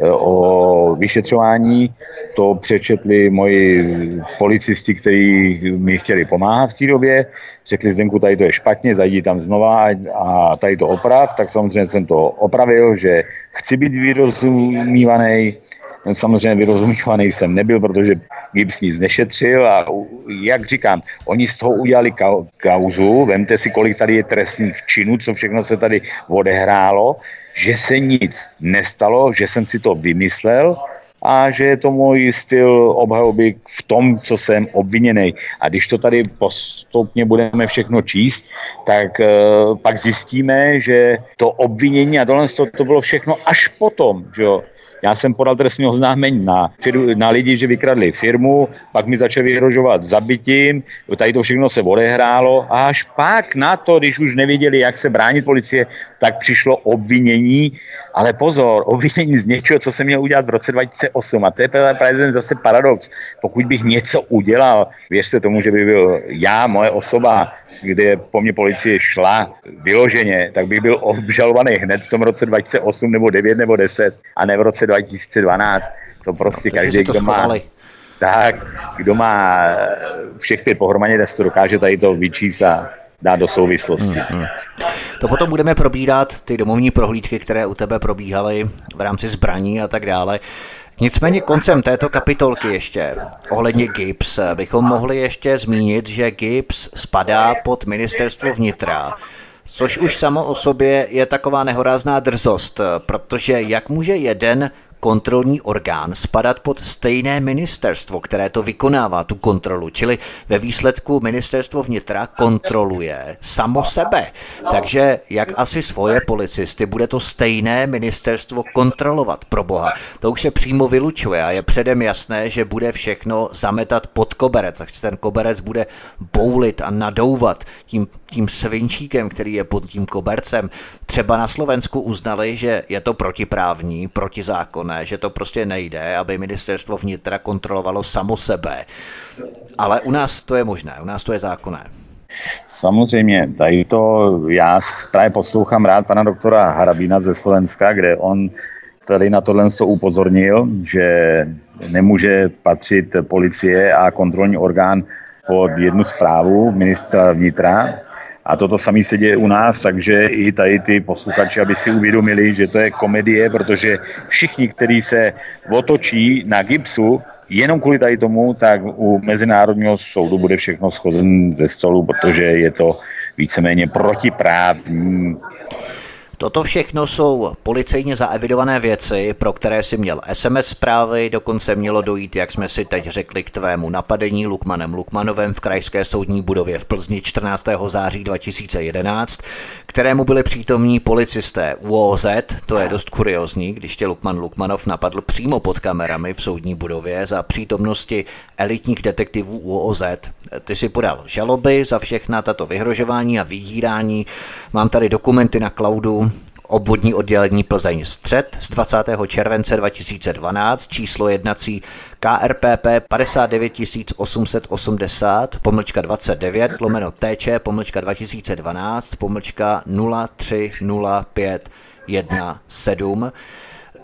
o vyšetřování. To přečetli moji policisti, kteří mi chtěli pomáhat v té době. Řekli: Zdenku, tady to je špatně, zajdi tam znova a tady to oprav. Tak samozřejmě jsem to opravil, že chci být vyrozumívaný. Samozřejmě vyrozumívaný jsem nebyl, protože gips nic nešetřil a jak říkám, oni z toho udělali kauzu, vemte si, kolik tady je trestných činů, co všechno se tady odehrálo, že se nic nestalo, že jsem si to vymyslel a že je to můj styl obhajoby v tom, co jsem obviněný. A když to tady postupně budeme všechno číst, tak uh, pak zjistíme, že to obvinění a tohle to, to bylo všechno až potom, že jo. Já jsem podal trestní oznámení na, fir- na lidi, že vykradli firmu, pak mi začali vyhrožovat zabitím, tady to všechno se odehrálo a až pak na to, když už nevěděli, jak se bránit policie, tak přišlo obvinění, ale pozor, obvinění z něčeho, co jsem měl udělat v roce dva tisíce osm a to je právě zase paradox. Pokud bych něco udělal, věřte tomu, že by byl já, moje osoba, kde po mně policie šla vyloženě, tak bych byl obžalovaný hned v tom roce dva tisíce osm nebo devět nebo deset a ne v roce dva tisíce dvanáct. To prostě no, každý, kdo má, tak, kdo má všech pět pohromadě, tak to dokáže tady to vyčíst a dát do souvislosti. Hmm, hmm. To potom budeme probírat ty domovní prohlídky, které u tebe probíhaly v rámci zbraní a tak dále. Nicméně koncem této kapitolky ještě ohledně gips bychom mohli ještě zmínit, že gips spadá pod ministerstvo vnitra, což už samo o sobě je taková nehorázná drzost, protože jak může jeden kontrolní orgán spadat pod stejné ministerstvo, které to vykonává, tu kontrolu. Čili ve výsledku ministerstvo vnitra kontroluje samo sebe. Takže jak asi svoje policisty bude to stejné ministerstvo kontrolovat, pro boha. To už se přímo vylučuje a je předem jasné, že bude všechno zametat pod koberec. Takže ten koberec bude boulit a nadouvat tím, tím svinčíkem, který je pod tím kobercem. Třeba na Slovensku uznali, že je to protiprávní, protizákonné, že to prostě nejde, aby ministerstvo vnitra kontrolovalo samo sebe. Ale u nás to je možné, u nás to je zákonné. Samozřejmě, tady to, já právě poslouchám rád pana doktora Harabína ze Slovenska, kde on tady na tohle upozornil, že nemůže patřit policie a kontrolní orgán pod jednu správu ministra vnitra. A toto samé se děje u nás, takže i tady ty posluchači, aby si uvědomili, že to je komedie, protože všichni, kteří se otočí na gipsu, jenom kvůli tady tomu, tak u Mezinárodního soudu bude všechno schozen ze stolu, protože je to víceméně protiprávní. Toto všechno jsou policejně zaevidované věci, pro které si měl es em es zprávy, dokonce mělo dojít, jak jsme si teď řekli, k tvému napadení Lukmanem Lukmanovem v krajské soudní budově v Plzni čtrnáctého září dva tisíce jedenáct, kterému byli přítomní policisté ú ó zet, to je dost kuriózní, když tě Lukman Lukmanov napadl přímo pod kamerami v soudní budově za přítomnosti elitních detektivů ú ó zet. Ty si podal žaloby za všechna tato vyhrožování a vydírání. Mám tady dokumenty na cloudu, obvodní oddělení Plzeň Střed z dvacátého července dva tisíce dvanáct, číslo jednací ká er pé pé padesát devět tisíc osm set osmdesát, pomlčka dvacet devět, lomeno té če, pomlčka dva tisíce dvanáct, pomlčka nula tři nula pět jedna sedm.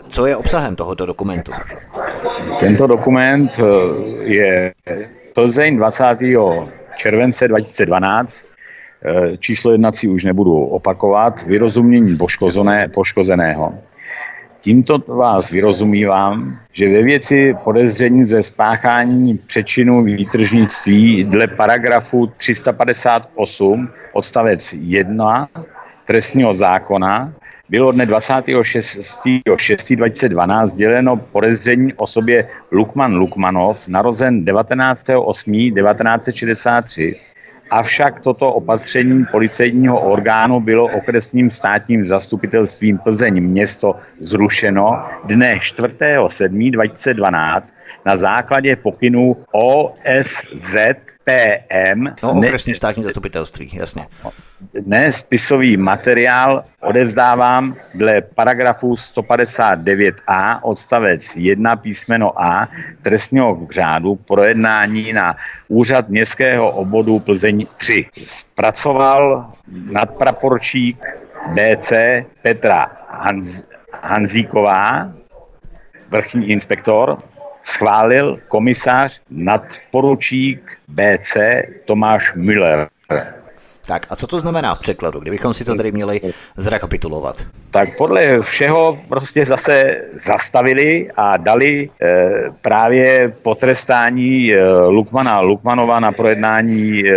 Co je obsahem tohoto dokumentu? Tento dokument je Plzeň dvacátého července dva tisíce dvanáct, číslo jednací už nebudu opakovat, vyrozumění poškozené, poškozeného. Tímto vás vyrozumívám, že ve věci podezření ze spáchání přečinu výtržnictví dle paragrafu tři sta padesát osm odstavec jedna trestního zákona bylo dne dvacátého šestého šestého dva tisíce dvanáct sděleno podezření osobě Lukman Lukmanov, narozen devatenáctého osmého devatenáct set šedesát tři. Avšak toto opatření policejního orgánu bylo okresním státním zastupitelstvím Plzeň město zrušeno dne čtvrtého sedmého dva tisíce dvanáct na základě pokynů O S Z P M. No, okresní státní zastupitelství, jasně. Dnes spisový materiál odevzdávám dle paragrafu sto padesát devět a odstavec jedna písmeno A trestního řádu k projednání na úřad městského obvodu Plzeň tři. Zpracoval nadpraporčík B C Petra Hanz, Hanzíková, vrchní inspektor, schválil komisař nadporučík B C Tomáš Müller. Tak a co to znamená v překladu, kdybychom si to tady měli zrekapitulovat? Tak podle všeho prostě zase zastavili a dali e, právě potrestání e, Lukmana Lukmanova na projednání e,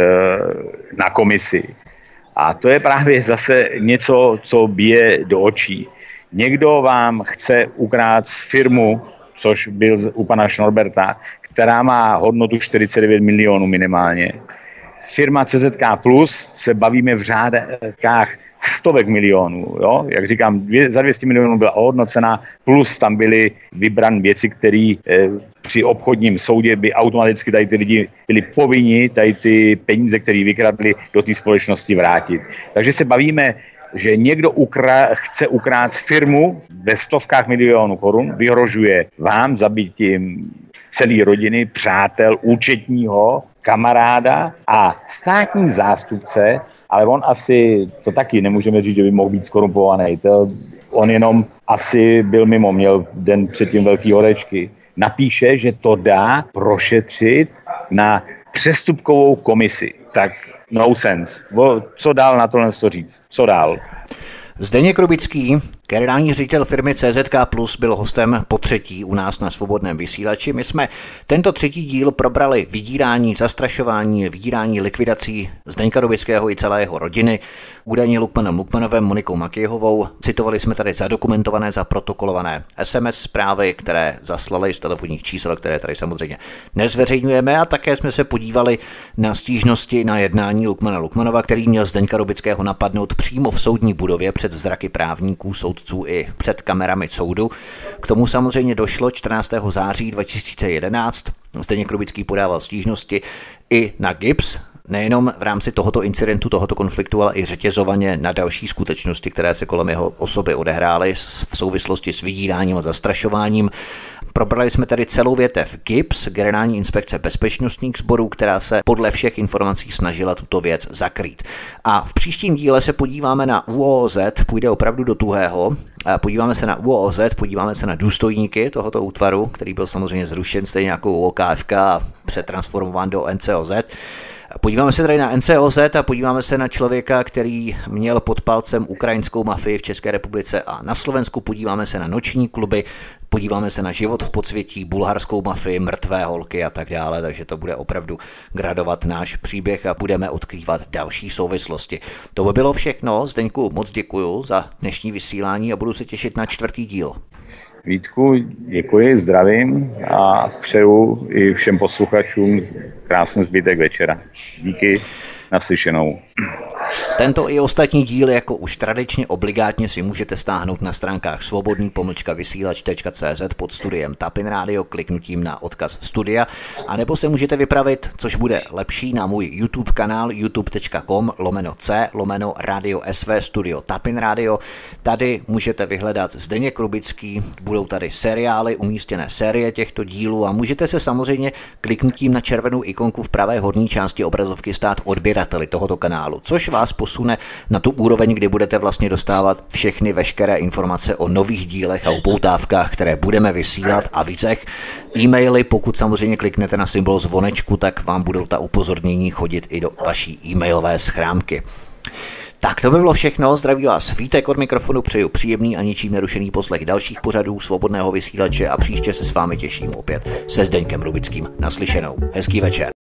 na komisi. A to je právě zase něco, co bije do očí. Někdo vám chce ukrát firmu, což byl u pana Šnorberta, která má hodnotu čtyřicet devět milionů minimálně. Firma C Z K Plus se bavíme v řádkách stovek milionů. Jo? Jak říkám, dvě, za dvě stě milionů byla ohodnocena, plus tam byly vybran věci, které eh, při obchodním soudě by automaticky tady ty lidi byli povinni tady ty peníze, které vykradli, do té společnosti vrátit. Takže se bavíme, že někdo ukra- chce ukrát firmu ve stovkách milionů korun, vyhrožuje vám zabitím celé rodiny, přátel, účetního, kamaráda a státní zástupce, ale on asi, to taky nemůžeme říct, že by mohl být skorumpovaný, to on jenom asi byl mimo, měl den předtím velký horečky, napíše, že to dá prošetřit na přestupkovou komisi. Tak no sense. Co dál na tohle říct? Co dál? Zdeněk Rubický, generální ředitel firmy C Z K Plus, byl hostem po třetí u nás na Svobodném vysílači. My jsme tento třetí díl probrali vydírání, zastrašování, vydírání, likvidací Zdeňka Rubického i celé jeho rodiny, údajně Lukmanem Lukmanovem, Monikou Makyhovou. Citovali jsme tady zadokumentované, zaprotokolované S M S zprávy, které zaslali z telefonních čísel, které tady samozřejmě nezveřejňujeme, a také jsme se podívali na stížnosti na jednání Lukmana Lukmanova, který měl Zdeňka Rubického napadnout přímo v soudní budově před zraky právníků, soudců i před kamerami soudu. K tomu samozřejmě došlo čtrnáctého září dva tisíce jedenáct. Zdeněk Rubický podával stížnosti i na G I B S, nejenom v rámci tohoto incidentu, tohoto konfliktu, ale i řetězovaně na další skutečnosti, které se kolem jeho osoby odehrály v souvislosti s vydíráním a zastrašováním. Probrali jsme tady celou větev G I B S, Generální inspekce bezpečnostních sborů, která se podle všech informací snažila tuto věc zakrýt. A v příštím díle se podíváme na U O O Z, půjde opravdu do tuhého. Podíváme se na U O O Z, podíváme se na důstojníky tohoto útvaru, který byl samozřejmě zrušen stejně jako U O K F K a přetransformován do N C O Z. Podíváme se tady na N C O Z a podíváme se na člověka, který měl pod palcem ukrajinskou mafii v České republice a na Slovensku. Podíváme se na noční kluby, podíváme se na život v podsvětí, bulharskou mafii, mrtvé holky a tak dále, takže to bude opravdu gradovat náš příběh a budeme odkrývat další souvislosti. To by bylo všechno. Zdeňku, moc děkuju za dnešní vysílání a budu se těšit na čtvrtý díl. Vítku, děkuji, zdravím a přeju i všem posluchačům krásný zbytek večera. Díky, naslyšenou. Tento i ostatní díl jako už tradičně obligátně si můžete stáhnout na stránkách svobodný pomlčka vysílač tečka cé zet pod studiem Tapin Radio kliknutím na odkaz studia, anebo se můžete vypravit, což bude lepší, na můj YouTube kanál youtube tečka com lomeno c lomeno radio sv studio Tapin Radio. Tady můžete vyhledat Zdeněk Rubický, budou tady seriály, umístěné série těchto dílů a můžete se samozřejmě kliknutím na červenou ikonku v pravé horní části obrazovky stát odběrateli tohoto kanálu, což vás vás posune na tu úroveň, kdy budete vlastně dostávat všechny veškeré informace o nových dílech a upoutávkách, které budeme vysílat a vícech. E-maily, pokud samozřejmě kliknete na symbol zvonečku, tak vám budou ta upozornění chodit i do vaší e-mailové schránky. Tak to by bylo všechno, zdraví vás Vítek od mikrofonu, přeju příjemný a ničím nerušený poslech dalších pořadů Svobodného vysílače a příště se s vámi těším opět se Zdeňkem Rubickým. Naslyšenou. Hezký večer.